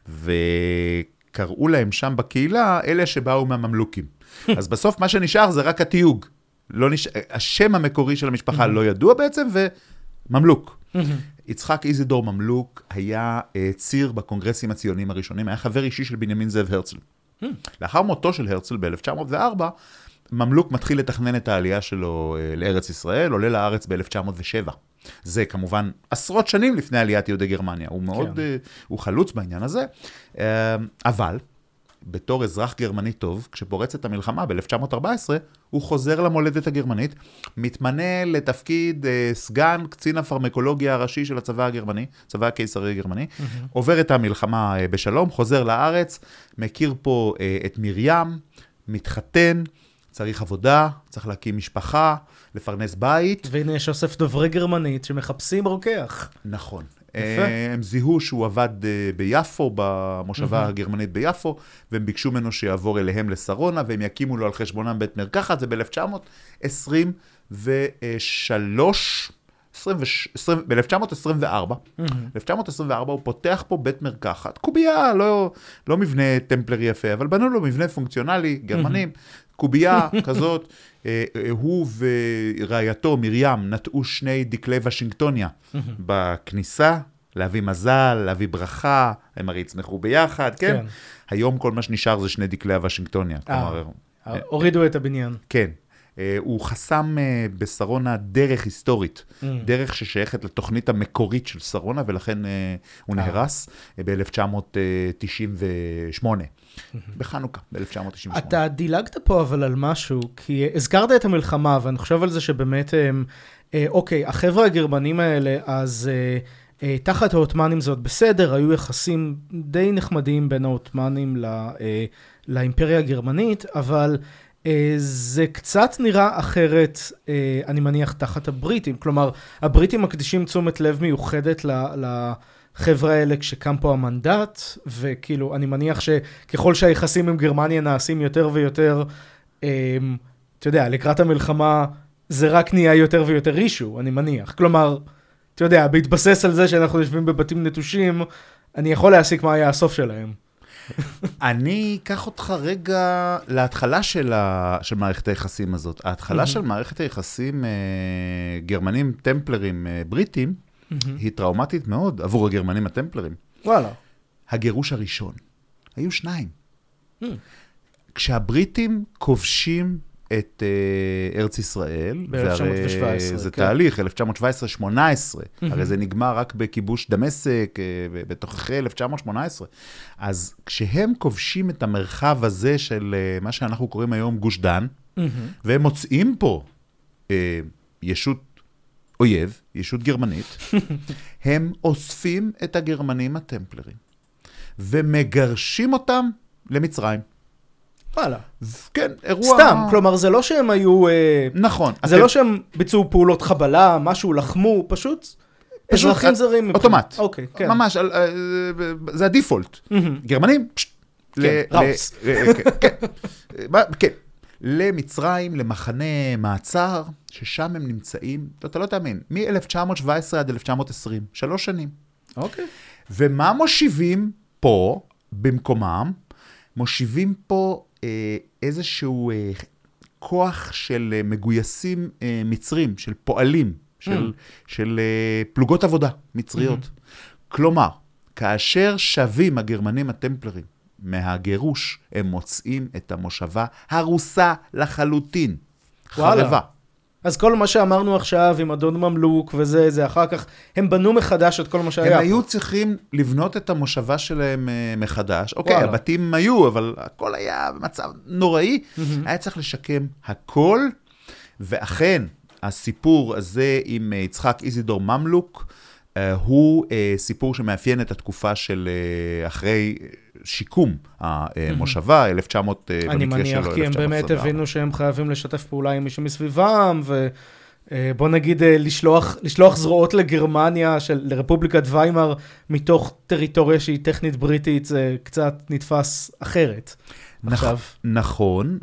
וקראו להם שם בקהילה, אלה שבאו מהממלוקים. אז בסוף מה שנשאר זה רק התיוג. השם המקורי של המשפחה לא ידוע בעצם, וממלוק. יצחק איזידור ממלוק היה ציר בקונגרסים הציוניים הראשונים, היה חבר אישי של בנימין זאב הרצל. לאחר מותו של הרצל ב-1904, ממלוק מתחיל לתכנן את העלייה שלו לארץ ישראל, עולה לארץ ב-1907. זה כמובן עשרות שנים לפני עליית יהודי גרמניה. הוא מאוד, הוא חלוץ בעניין הזה. אבל, בתור אזרח גרמני טוב, כשפורצת המלחמה ב-1914, הוא חוזר למולדת הגרמנית, מתמנה לתפקיד סגן קצין הפרמקולוגיה הראשי של הצבא הגרמני, צבא הקיסרי הגרמני, עובר את המלחמה בשלום, חוזר לארץ, מכיר פה את מרים, מתחתן, צריך עבודה, צריך להקים משפחה, לפרנס בית. והנה יש אוסף דוברי גרמנית שמחפשים רוקח. נכון. הם זיהו שהוא עבד ביפו, במושבה הגרמנית ביפו, והם ביקשו ממנו שיעבור אליהם לשרונה, והם יקימו לו על חשבונם בית מרקחת. זה ב-1923, ב-1924. ב-1924 הוא פותח פה בית מרקחת. קובייה, לא מבנה טמפלרי יפה, אבל בנו לו מבנה פונקציונלי, גרמנים. קובייה כזאת, הוא ורעייתו מרים נטעו 2 דקלי וושינגטוניה בכניסה, להביא מזל, להביא ברכה, הם הרי יצמחו ביחד, כן? היום כל מה שנשאר זה 2 דקלי וושינגטוניה. הורידו את הבניין. כן. הוא חסם בשרונה דרך היסטורית, דרך ששייכת לתוכנית המקורית של שרונה, ולכן הוא נהרס ב-1998. בחנוכה, ב-1998. אתה דילגת פה אבל על משהו, כי הזכרת את המלחמה, ואני חושב על זה שבאמת, אוקיי, החבר'ה הגרמנים האלה, אז תחת העות'מאנים זאת בסדר, היו יחסים די נחמדים בין העות'מאנים לאימפריה הגרמנית, אבל זה קצת נראה אחרת, אני מניח, תחת הבריטים. כלומר, הבריטים מקדישים תשומת לב מיוחדת החבר'ה האלה כשקם פה המנדט, וכאילו, אני מניח שככל שהיחסים עם גרמניה נעשים יותר ויותר, אתה יודע, לקראת המלחמה, זה רק נהיה יותר ויותר אישו, אני מניח. כלומר, אתה יודע, בהתבסס על זה שאנחנו יושבים בבתים נטושים, אני יכול להסיק מה היה הסוף שלהם. אני אקח אותך רגע להתחלה של מערכת היחסים הזאת. ההתחלה של מערכת היחסים גרמנים טמפלרים בריטים, היא טראומטית מאוד עבור הגרמנים הטמפלרים. וואלה. הגירוש הראשון. היו 2. כשהבריטים כובשים את ארץ ישראל, ב-1917, זה תהליך, 1917-18, הרי זה נגמר רק בכיבוש דמשק, בתוככי 1918. אז כשהם כובשים את המרחב הזה של מה שאנחנו קוראים היום גוש דן, והם מוצאים פה ישות אויב, ישות גרמנית, הם אוספים את הגרמנים הטמפלרים, ומגרשים אותם למצרים. וואלה. כן, אירוע... סתם, כלומר, זה לא שהם היו... נכון. זה לא שהם ביצעו פעולות חבלה, משהו לחמו, פשוט אזרחים זרים. אוטומט. אוקיי, כן. ממש, זה הדיפולט. גרמנים, כן, ראוס. כן. למצרים, למחנה מעצר, ששם הם נמצאים, אתה לא תאמין, מ-1917 עד 1920, 3 שנים. אוקיי. ומה מושיבים פה, במקומם? מושיבים פה איזשהו כוח של מגויסים מצרים, של פועלים, של פלוגות עבודה מצריות. כלומר, כאשר שווים הגרמנים הטמפלרים מהגירוש, הם מוצאים את המושבה הרוסה לחלוטין. חרבה. אז כל מה שאמרנו עכשיו עם אדון ממלוק וזה, זה אחר כך, הם בנו מחדש את כל מה שהיה. הם היו צריכים לבנות את המושבה שלהם מחדש. אוקיי, הבתים היו, אבל הכל היה במצב נוראי. היה צריך לשקם הכל, ואכן, הסיפור הזה עם יצחק איזידור ממלוק, הוא סיפור שמאפיין את התקופה של אחרי שיקום המושבה, 1900 במקרה שלו, 1924. אני מניח, כי הם באמת הבינו שהם חייבים לשתף פעולה עם מישהו מסביבם, ובוא נגיד לשלוח זרועות לגרמניה, לרפובליקת ויימר, מתוך טריטוריה שהיא טכנית בריטית, זה קצת נתפס אחרת. נכון,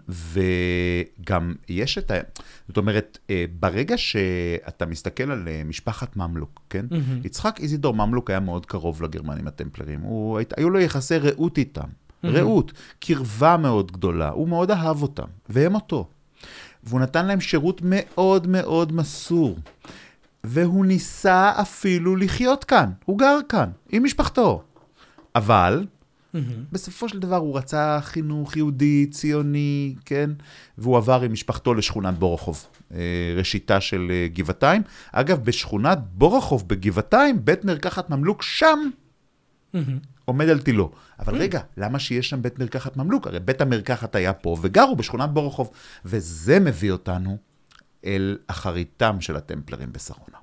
וגם יש את זאת אומרת, ברגע שאתה מסתכל על משפחת ממלוק, כן? יצחק איזידור ממלוק היה מאוד קרוב לגרמנים הטמפלרים, היו לו יחסי רעות איתם, רעות, קרבה מאוד גדולה, הוא מאוד אהב אותם, והם אותו. והוא נתן להם שירות מאוד מאוד מסור, והוא ניסה אפילו לחיות כאן, הוא גר כאן, עם משפחתו. אבל... בסופו של דבר הוא רצה חינוך יהודי, ציוני, כן? והוא עבר עם משפחתו לשכונת בורחוב, ראשיתה של גבעתיים. אגב, בשכונת בורחוב בגבעתיים, בית מרקחת ממלוק שם עומד על תילו. אבל רגע, למה שיש שם בית מרקחת ממלוק? הרי בית המרקחת היה פה וגרו בשכונת בורחוב. וזה מביא אותנו אל אחריתם של הטמפלרים בשרונה.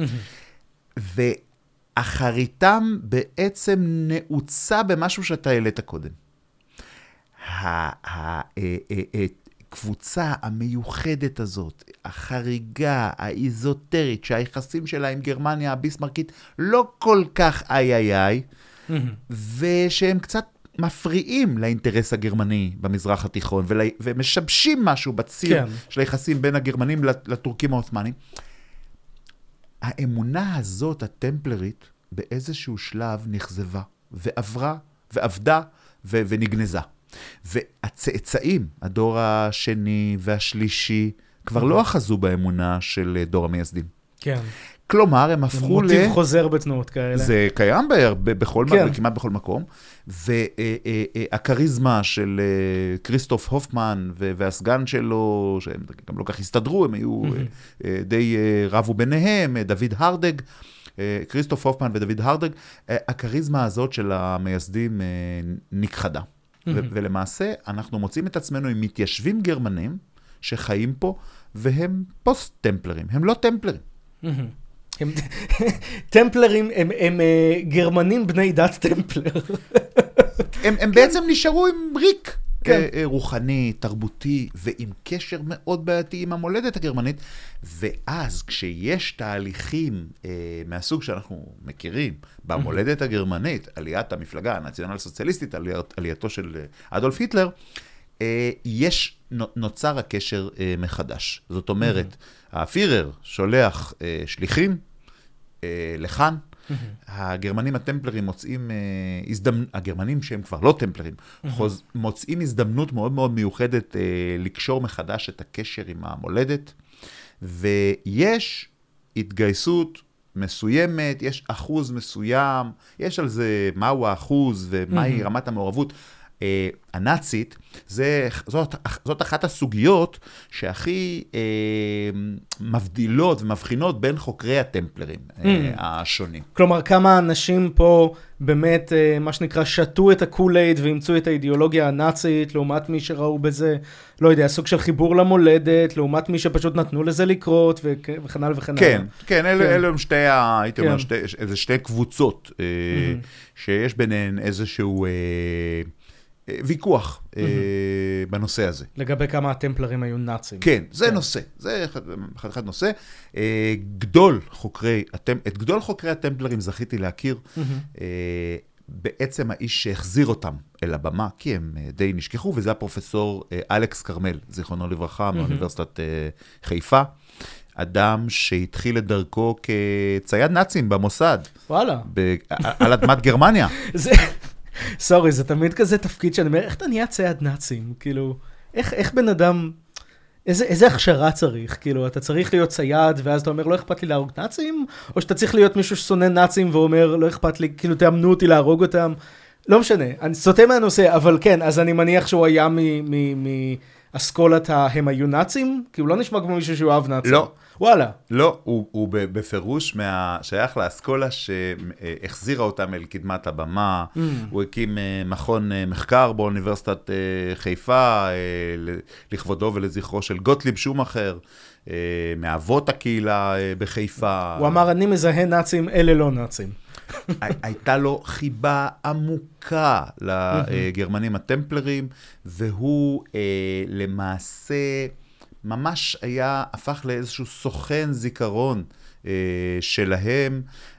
אחריתם בעצם נעוצה במשהו שאתה העלית קודם. הקבוצה המיוחדת הזאת, החריגה, האיזוטרית, שהיחסים שלה עם גרמניה הביסמרקית לא כל כך איי, ושהם קצת מפריעים לאינטרס הגרמני במזרח התיכון, ומשבשים משהו בציר של היחסים בין הגרמנים לטורקים העות'מאנים. האמונה הזאת, הטמפלרית, באיזשהו שלב נחזבה, ועברה, ועבדה, ונגנזה. והצאצאים, הדור השני והשלישי, כבר לא אחזו באמונה של דור המייסדים. כן. כלומר, הם הפכו מוטיב חוזר בתנועות כאלה. זה קיים כמעט בכל מקום, והקריזמה של כריסטוף הופמן והסגן שלו, שהם גם לא כך הסתדרו, הם היו די רבו ביניהם, דוד הרדג, כריסטוף הופמן ודוד הרדג, הקריזמה הזאת של המייסדים נכחדה. ולמעשה אנחנו מוצאים את עצמנו עם מתיישבים גרמנים שחיים פה, והם פוסט-טמפלרים, הם לא טמפלרים. טמפלרים הם גרמנים בני דת טמפלר. הם בעצם נשארו עם ריק. רוחני, תרבותי, ועם קשר מאוד בעייתי עם המולדת הגרמנית, ואז כשיש תהליכים מהסוג שאנחנו מכירים, במולדת הגרמנית, עליית המפלגה הנציונל סוציאליסטית, עלייתו של אדולף היטלר, נוצר הקשר מחדש. זאת אומרת, הפירר שולח שליחים לכאן, הגרמנים הטמפלרים מוצאים הגרמנים שהם כבר לא טמפלרים, מוצאים הזדמנות מאוד מאוד מיוחדת לקשור מחדש את הקשר עם המולדת, ויש התגייסות מסוימת, יש אחוז מסוים, יש על זה מהו האחוז ומהי רמת המעורבות הנאצית, זאת אחת הסוגיות שהכי מבדילות ומבחינות בין חוקרי הטמפלרים השונים. כלומר, כמה אנשים פה באמת, מה שנקרא, שתו את הקולייד ואימצו את האידיאולוגיה הנאצית, לעומת מי שראו בזה, לא יודע, סוג של חיבור למולדת, לעומת מי שפשוט נתנו לזה לקרות, וכן הלאה וכן הלאה. כן, אלו הם שתי, הייתי אומר, איזה שתי קבוצות, שיש ביניהן איזשהו ויכוח בנושא הזה. לגבי כמה הטמפלרים היו נאצים. כן, זה נושא, זה אחד נושא. את גדול חוקרי הטמפלרים זכיתי להכיר, בעצם האיש שהחזיר אותם אל הבמה, כי הם די נשכחו, וזה הפרופסור אלכס קרמל, זיכרונו לברכה, מאוניברסיטת חיפה. אדם שהתחיל את דרכו כצייד נאצים במוסד. וואלה. על אדמת גרמניה. סורי, זה תמיד כזה תפקיד שאני אומר, איך אתה נהיה צייד נאצים? כאילו, איך בן אדם, איזה הכשרה צריך? כאילו, אתה צריך להיות צייד, ואז אתה אומר, לא אכפת לי להרוג נאצים? או שאתה צריך להיות מישהו ששונא נאצים ואומר, לא אכפת לי, כאילו, תאמנו אותי להרוג אותם? לא משנה, אני סוטה מהנושא, אבל כן, אז אני מניח שהוא היה מאסכולת הם היו נאצים? כי הוא לא נשמע כמו מישהו שהוא אהב נאצים. לא. וואלה. לא, הוא בפירוש שייך לאסכולה שהחזירה אותם אל קדמת הבמה, הוא הקים מכון מחקר באוניברסיטת חיפה, לכבודו ולזכרו של גוטליב שומאחר, מאבות הקהילה בחיפה. הוא אמר, אני מזהה נאצים, אלה לא נאצים. הייתה לו חיבה עמוקה לגרמנים הטמפלרים, והוא למעשה ממש הפך לאיזשהו סוכן זיכרון שלהם,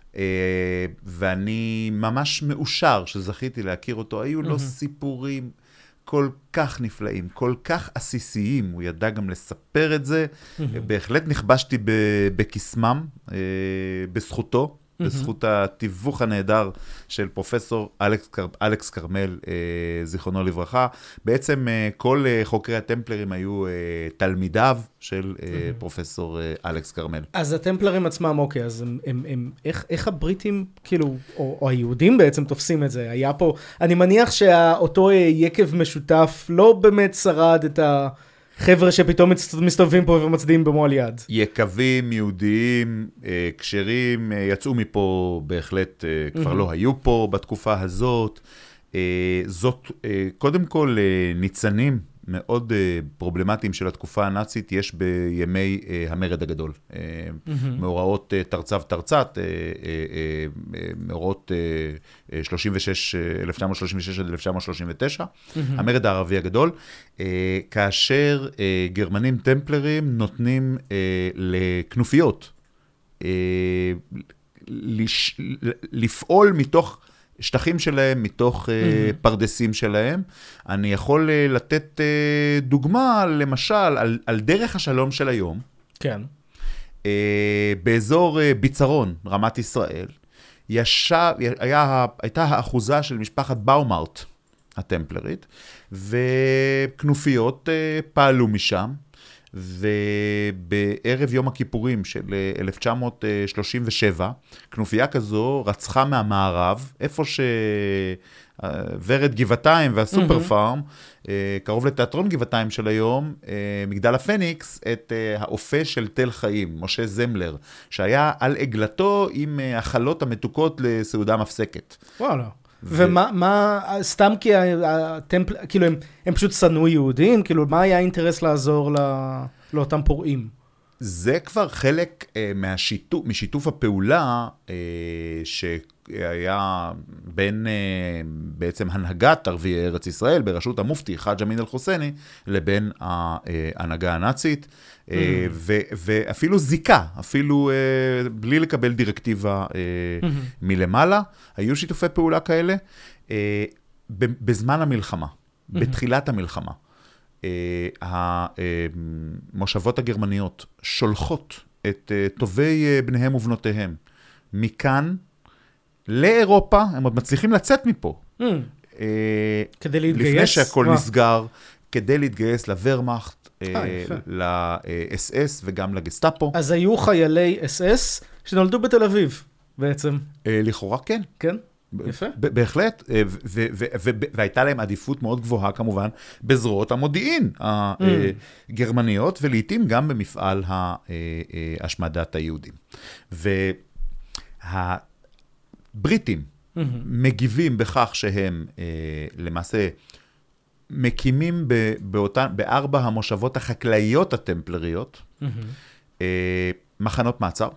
ואני ממש מאושר שזכיתי להכיר אותו. היו לו סיפורים כל כך נפלאים, כל כך עסיסיים, הוא ידע גם לספר את זה. בהחלט נכבשתי בקסמם, בזכותו. בזכות התיווך הנהדר של פרופסור אלכס קרמל, זיכרונו לברכה. בעצם כל חוקרי הטמפלרים היו תלמידיו של פרופסור אלכס קרמל. אז הטמפלרים עצמם, אוקיי, אז איך הבריטים, כאילו, או היהודים בעצם תופסים את זה? היה פה, אני מניח שאותו יקב משותף לא באמת שרד את חבר'ה שפתאום מסתובבים פה ומצדיעים במועל יד. יקבים, יהודיים, קשרים, יצאו מפה בהחלט, כבר לא היו פה בתקופה הזאת. זאת, קודם כל, ניצנים מאוד פרובלמטיים של התקופה הנאצית, יש בימי המרד הגדול. מאורעות תרצ"ב, מאורעות 1936 עד 1939, המרד הערבי הגדול, כאשר גרמנים טמפלרים נותנים לכנופיות לפעול מתוך שטחים שלהם, מתוך פרדסים שלהם. אני יכול לתת דוגמה, למשל, על דרך השלום של היום. כן. באזור ביצרון, רמת ישראל, הייתה האחוזה של משפחת באומרט, הטמפלרית, וכנופיות פעלו משם, ובערב יום הכיפורים של 1937, כנופיה כזו רצחה מהמערב, איפה שורד גבעתיים והסופר פארם, קרוב לתיאטרון גבעתיים של היום, מגדל הפניקס, את האופה של תל חיים, משה זמלר, שהיה על עגלתו עם החלות המתוקות לסעודה מפסקת. וואלה. ומה, סתם כי הטמפל, כאילו הם פשוט שנאו יהודים, כאילו מה היה האינטרס לעזור לאותם פורעים? זה כבר חלק משיתוף הפעולה היה בין בעצם הנהגת ערביי ארץ ישראל, בראשות המופתי חאג' אמין אל-חוסייני, לבין ההנהגה הנאצית, ואפילו זיקה, אפילו בלי לקבל דירקטיבה מלמעלה, היו שיתופי פעולה כאלה, בזמן המלחמה, בתחילת המלחמה. המושבות הגרמניות שולחות את טובי בניהם ובנותיהם מכאן לאירופה, הם עוד מצליחים לצאת מפה. כדי להתגייס? לפני שהכל נסגר, כדי להתגייס לוורמאכט, ל-SS וגם לגסטאפו. אז היו חיילי SS שנולדו בתל אביב בעצם. לכאורה כן. כן? יפה. בהחלט, והייתה להם עדיפות מאוד גבוהה כמובן בזרועות המודיעין הגרמניות, ולעיתים גם במפעל השמדת היהודים. והבריטים מגיבים בכך שהם למעשה מקימים בארבע המושבות החקלאיות הטמפלריות, מחנות מעצר,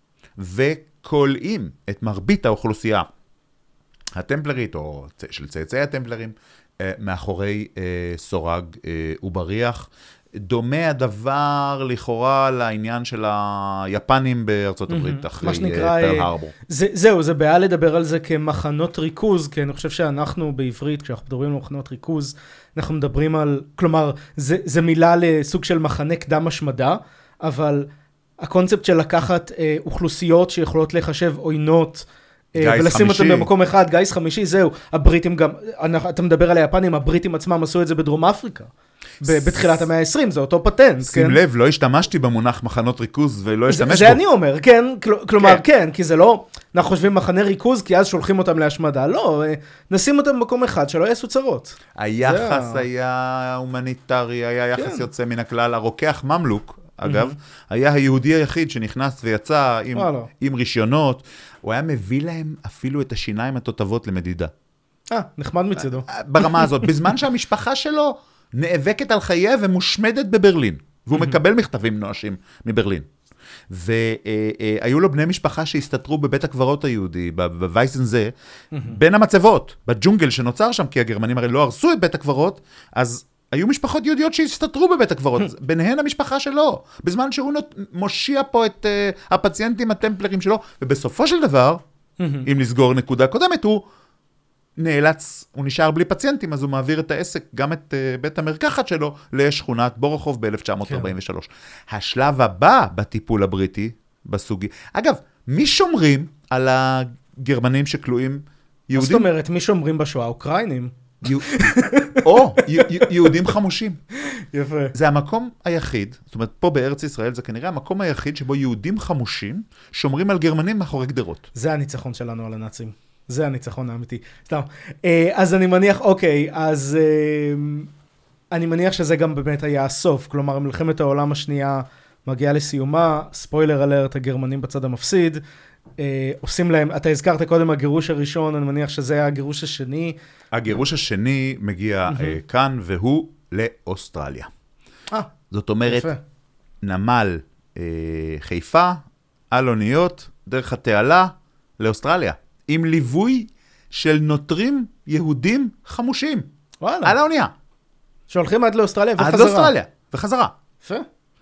וקולעים את מרבית האוכלוסייה הטמפלרית, או של צאצאי הטמפלרים, מאחורי סורג ובריח. דומה הדבר לכאורה לעניין של היפנים בארצות הברית, אחרי פרל הרבור. זהו, זה בעיה לדבר על זה כמחנות ריכוז, כי אני חושב שאנחנו בעברית, כשאנחנו מדברים על מחנות ריכוז, אנחנו מדברים על, כלומר, זה מילה לסוג של מחנה קדם השמדה, אבל הקונספט של לקחת אוכלוסיות שיכולות לחשב עוינות, ולשים אותם במקום אחד, גיס חמישי, זהו, הבריטים גם, אתה מדבר על היפנים, הבריטים עצמם עשו את זה בדרום אפריקה, בתחילת המאה ה-20, זה אותו פטנט. שים לב, לא השתמשתי במונח מחנות ריכוז, ולא השתמש בו. זה אני אומר, כן, כלומר, כן, כי זה לא, אנחנו חושבים מחנה ריכוז, כי אז שולחים אותם להשמדה, לא, נשים אותם במקום אחד, שלא יעשו צרות. היחס היה הומניטרי, היה יחס יוצא מן הכלל, הרוקח ממלוק, אגב, היה היהודי היחיד שנכנס ויצא עם רישיונות, הוא היה מביא להם אפילו את השיניים התותבות למדידה. נחמד מצדו. ברמה הזאת, בזמן שהמשפחה שלו נאבקת על חייה ומושמדת בברלין, והוא מקבל מכתבים נואשים מברלין. והיו לו בני משפחה שהסתתרו בבית הקברות היהודי, בווייסנזה, בין המצבות, בג'ונגל שנוצר שם, כי הגרמנים הרי לא הרסו את בית הקברות, אז היו משפחות יהודיות שהסתתרו בבית הקברות, ביניהן המשפחה שלו, בזמן שהוא מושיע פה את הפציינטים הטמפלרים שלו, ובסופו של דבר, אם נסגור נקודה קודמת, הוא נשאר בלי פציינטים, אז הוא מעביר את העסק, גם את בית המרקחת שלו, לשכונת בורוכוב ב-1943. השלב הבא בטיפול הבריטי, בסוגי, אגב, מי שומרים על הגרמנים שכלואים יהודים? זאת אומרת, מי שומרים בשואה? אוקראינים? או, יהודים חמושים. יפה. זה המקום היחיד, זאת אומרת, פה בארץ ישראל זה כנראה המקום היחיד שבו יהודים חמושים שומרים על גרמנים מאחורי גדרות. זה הניצחון שלנו על הנאצים. זה הניצחון האמיתי. סתם. אז אני מניח, אוקיי, אז אני מניח שזה גם באמת היה הסוף. כלומר, מלחמת העולם השנייה מגיעה לסיומה, ספוילר אלרט, הגרמנים בצד המפסיד, עושים להם, אתה הזכרת קודם הגירוש הראשון, אני מניח שזה היה הגירוש השני. הגירוש השני מגיע כאן, והוא לאוסטרליה. זאת אומרת, נמל חיפה, על אוניות, דרך התעלה, לאוסטרליה. עם ליווי של נוטרים יהודים חמושים. וואלה. על האונייה. שהולכים עד לאוסטרליה וחזרה. עד לאוסטרליה וחזרה. יפה.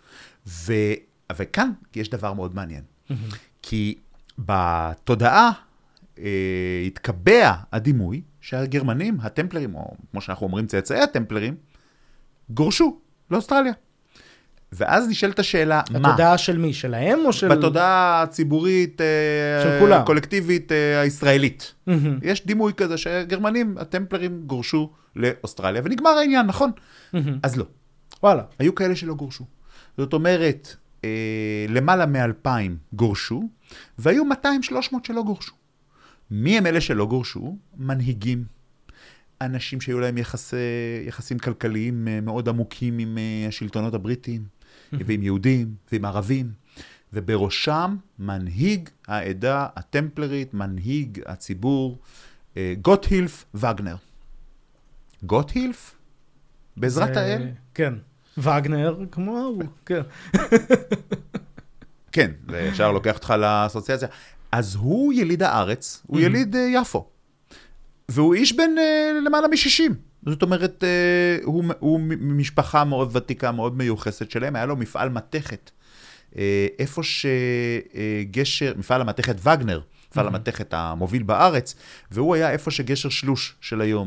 וכאן יש דבר מאוד מעניין. כי בתודעה התקבע הדימוי שהגרמנים, הטמפלרים, או כמו שאנחנו אומרים צאצאי הטמפלרים, גורשו לאוסטרליה. ואז נשאלת השאלה, מה? התודעה של מי? שלהם או של... בתודעה הציבורית, של כולם. הקולקטיבית הישראלית. יש דימוי כזה שהגרמנים, הטמפלרים גורשו לאוסטרליה, ונגמר העניין, נכון? אז לא. וואלה. היו כאלה שלא גורשו. זאת אומרת, למעלה מ-2,000 גורשו, והיו 200-300 שלא גורשו. מי הם אלה שלא גורשו? מנהיגים. אנשים שהיו להם יחסים כלכליים מאוד עמוקים עם השלטונות הבריטיים, ועם יהודים, ועם ערבים, ובראשם מנהיג העדה הטמפלרית, מנהיג הציבור, גוטהילף וגנר. גוטהילף? בעזרת האל? כן. וגנר, כמו הוא, כן. כן, אפשר לוקח אותך לאסוציאציה. אז הוא יליד הארץ, הוא יליד יפו. והוא איש בן למעלה מ-60. זאת אומרת, הוא משפחה מאוד ותיקה, מאוד מיוחסת שלהם, היה לו מפעל מתכת. איפה שגשר, מפעל המתכת וגנר, מפעל המתכת המוביל בארץ, והוא היה איפה שגשר שלוש של היום,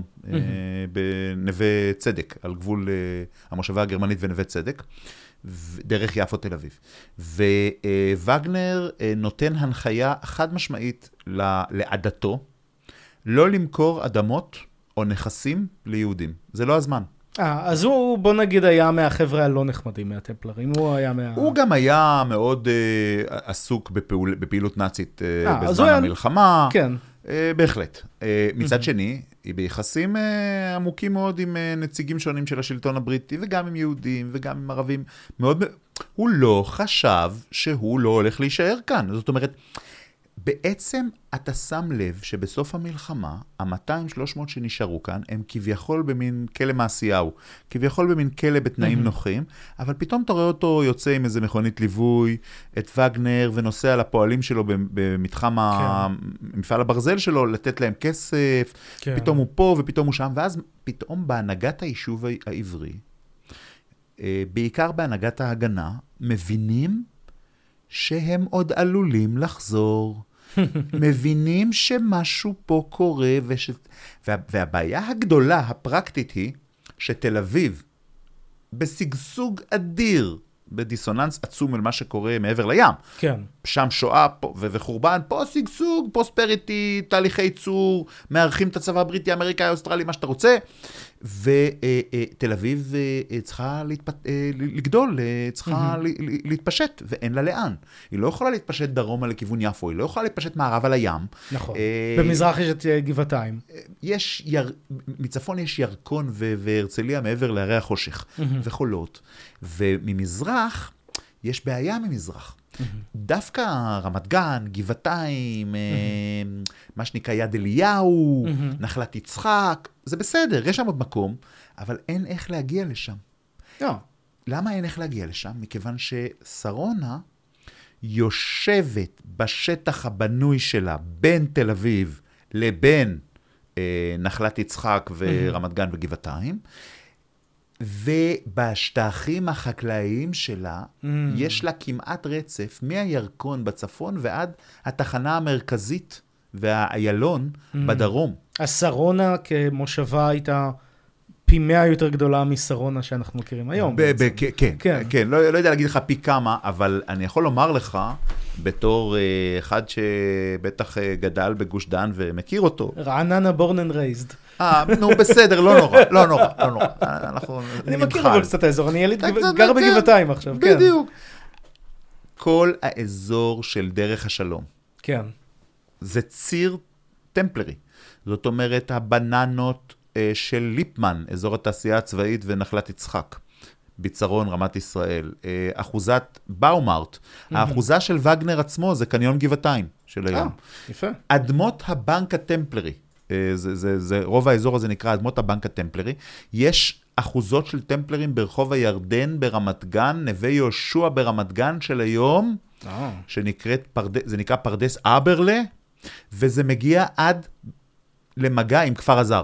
בנווה צדק, על גבול המושבה הגרמנית ונווה צדק, דרך יפו תל אביב. ווגנר נותן הנחיה חד משמעית לעדתו, לא למכור אדמות או נכסים ליהודים. זה לא הזמן. אז הוא, בוא נגיד, היה מהחבר'ה הלא נחמדים מהטמפלרים. הוא גם היה מאוד עסוק בפעילות נאצית בזמן המלחמה. כן. בהחלט. מצד שני, היא ביחסים עמוקים מאוד עם נציגים שונים של השלטון הבריטי, וגם עם יהודים, וגם עם ערבים. הוא לא חשב שהוא לא הולך להישאר כאן. זאת אומרת, בעצם אתה שם לב שבסוף המלחמה, ה-200-300 שנשארו כאן, הם כביכול במין כלא מעשיהו, כביכול במין כלא בתנאים נוחים, אבל פתאום אתה רואה אותו יוצא עם איזה מכונית ליווי, את וגנר, ונוסע לפועלים שלו במתחם מפעל הברזל שלו, לתת להם כסף, פתאום הוא פה ופתאום הוא שם, ואז פתאום בהנהגת היישוב העברי, בעיקר בהנהגת ההגנה, מבינים שהם עוד עלולים לחזור, מבינים שמשהו פה קורה, והבעיה הגדולה, הפרקטית היא, שתל אביב, בסגסוג אדיר, בדיסוננס עצום על מה שקורה מעבר לים. כן. שם שואה וחורבן, פה סגסוג, פרוספריטי, תהליכי ייצור, מארחים את הצבא הבריטי, האמריקאי, האוסטרלי, מה שאתה רוצה, ותל אביב צריכה לגדול, צריכה להתפשט, ואין לה לאן. היא לא יכולה להתפשט דרומה לכיוון יפו, היא לא יכולה להתפשט מערבה לים. נכון. במזרח יש את גבעתיים. מצפון יש ירקון והרצליה מעבר להרי החושך, וחולות. וממזרח, יש בעיה ממזרח. דווקא רמת גן, גבעתיים, מה שנקרא יד אליהו, נחלת יצחק, זה בסדר, יש שם עוד מקום, אבל אין איך להגיע לשם. למה אין איך להגיע לשם? מכיוון ששרונה יושבת בשטח הבנוי שלה בין תל אביב לבין נחלת יצחק ורמת גן וגבעתיים, ובשטחים החקלאיים שלה, יש לה כמעט רצף מהירקון בצפון ועד התחנה המרכזית והאיילון בדרום. השרונה כמושבה הייתה פי 100 יותר גדולה משרונה שאנחנו מכירים היום. כן, לא יודע להגיד לך פי כמה, אבל אני יכול לומר לך, בתור אחד שבטח גדל בגוש דן ומכיר אותו. רעננה born and raised. נו, בסדר, לא נורא. אני מכיר אבל קצת האזור, אני ילד גר בגבעתיים עכשיו. בדיוק. כל האזור של דרך השלום. כן. זה ציר טמפלרי. זאת אומרת, הבננות של ליפמן, אזור התעשייה הצבאית ונחלת יצחק, ביצרון, רמת ישראל, אחוזת באומארט, האחוזה של וגנר עצמו זה קניון גבעתיים של היום. יפה. אדמות הבנק הטמפלרי, רוב האזור הזה נקרא אדמות הבנק הטמפלרי, יש אחוזות של טמפלרים ברחוב הירדן ברמת גן, נווה יהושע ברמת גן של היום, זה נקרא פרדס אברלה, וזה מגיע עד למגע עם כפר הזר.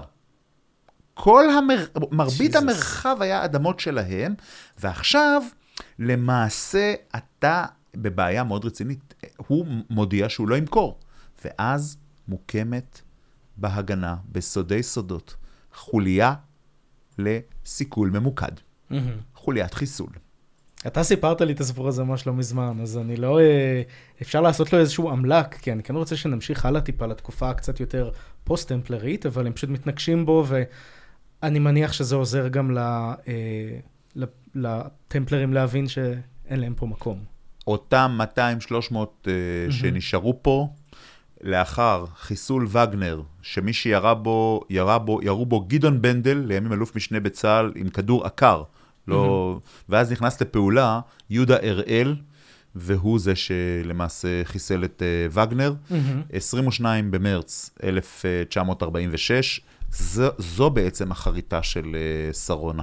מרבית המרחב היה אדמות שלהם, ועכשיו למעשה אתה בבעיה מאוד רצינית. הוא מודיע שהוא לא ימכור, ואז מוקמת בהגנה, בסודי סודות, חוליה לסיכול ממוקד. חוליית חיסול. אתה סיפרת לי את הסיפור הזה ממש לא מזמן, אז אני לא... אפשר לעשות לו איזשהו עמלק, כי אני כן רוצה שנמשיך הלאה טיפה לתקופה קצת יותר פוסט-טמפלרית, אבל הם פשוט מתנגשים בו, ואני מניח שזה עוזר גם לטמפלרים להבין שאין להם פה מקום. אותם 200-300 שנשארו פה, לאחר חיסול וגנר, שמי ירו בו גדעון בנדל, לימים אלוף משנה בצה"ל, עם כדור עקר, ואז נכנס לפעולה יהודה הראל, והוא זה שלמעשה חיסל את וגנר. 22 במרץ 1946, זו בעצם החריטה של שרונה.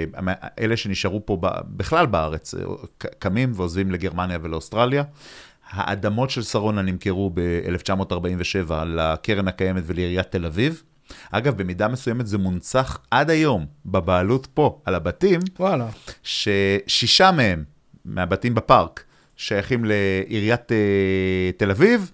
אלה שנשארו פה בכלל בארץ, קמים ועוזבים לגרמניה ולאוסטרליה. האדמות של שרונה נמכרו ב-1947 לקרן הקיימת ולעיריית תל אביב. אגב, במידה מסוימת זה מונצח עד היום בבעלות פה על הבתים, וואלה. ש6 מהם, מהבתים בפארק, שייכים לעיריית תל אביב,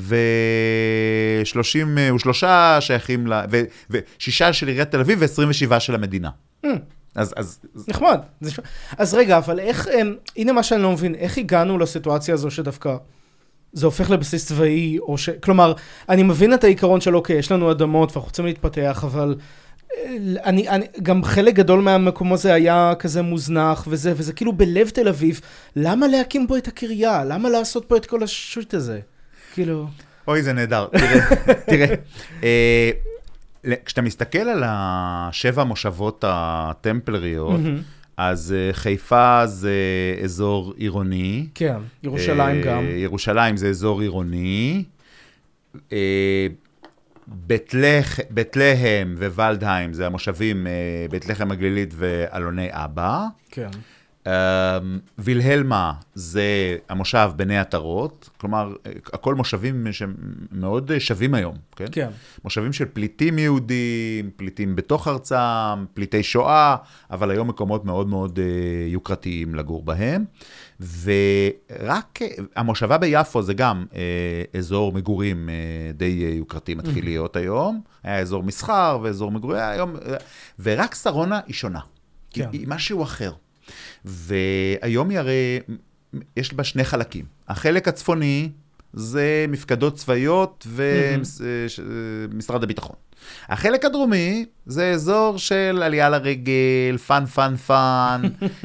ו33 שייכים, ו6 של עיריית תל אביב ו27 של המדינה. אז נחמד. אז רגע, אבל איך, הנה מה שאני לא מבין, איך הגענו לסיטואציה הזו שדווקא זה הופך לבסיס צבאי, או כלומר, אני מבין את העיקרון של אוקיי, יש לנו אדמות ואנחנו רוצים להתפתח, אבל גם חלק גדול מהמקום הזה היה כזה מוזנח וזה כאילו בלב תל אביב, למה להקים פה את הקריה? למה לעשות פה את כל השוט הזה? כאילו... אוי, זה נהדר. תראה, כשאתה מסתכל על 7 מושבות הטמפלריות, אז חיפה זה אזור עירוני. כן, ירושלים גם. ירושלים זה אזור עירוני. בית לחם וולדהיים זה המושבים בית לחם הגלילית ואלוני אבא. כן. וילהלמה זה המושב בני עטרות, כלומר, הכל מושבים שמאוד שווים היום, כן? כן. מושבים של פליטים יהודים, פליטים בתוך ארצם, פליטי שואה, אבל היום מקומות מאוד מאוד יוקרתיים לגור בהם. ורק המושבה ביפו זה גם אזור מגורים די יוקרתי מתחיל להיות היום. היה אזור מסחר ואזור מגורים היום, ורק שרונה היא שונה. כן. היא משהו אחר. והיום היא הרי, יש בה 2 חלקים. החלק הצפוני זה מפקדות צבאיות ומשרד הביטחון. החלק הדרומי זה אזור של עלייה לרגל, פן,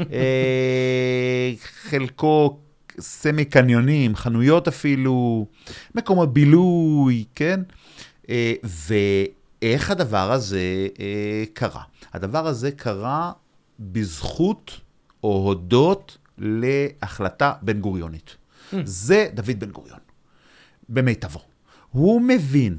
חלקו סמי קניונים, חנויות אפילו, מקומות בילוי, כן? ואיך הדבר הזה קרה? הדבר הזה קרה בזכות או הודות להחלטה בן גוריונית. זה דוד בן גוריון, במיטבו. הוא מבין,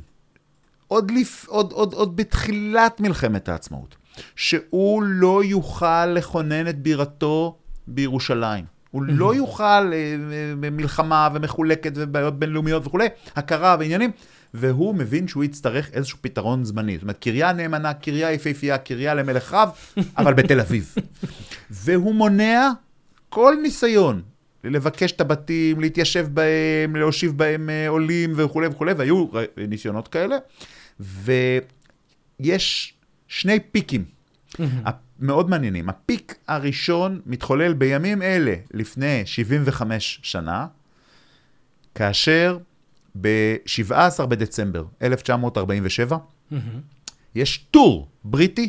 עוד בתחילת מלחמת העצמאות, שהוא לא יוכל לכונן את בירתו בירושלים. הוא לא יוכל במלחמה ומחולקת ובעיות בינלאומיות וכו', הכרה ועניינים, והוא מבין שהוא יצטרך איזשהו פתרון זמני. זאת אומרת, קריה נאמנה, קריה יפהפייה, קריה למלך רב, אבל בתל אביב. והוא מונע כל ניסיון לבקש את הבתים, להתיישב בהם, להושיב בהם עולים וכו' וכו', והיו ניסיונות כאלה. ויש 2 פיקים מאוד מעניינים. הפיק הראשון מתחולל בימים אלה, לפני 75 שנה, כאשר ב-17 בדצמבר 1947, יש טור בריטי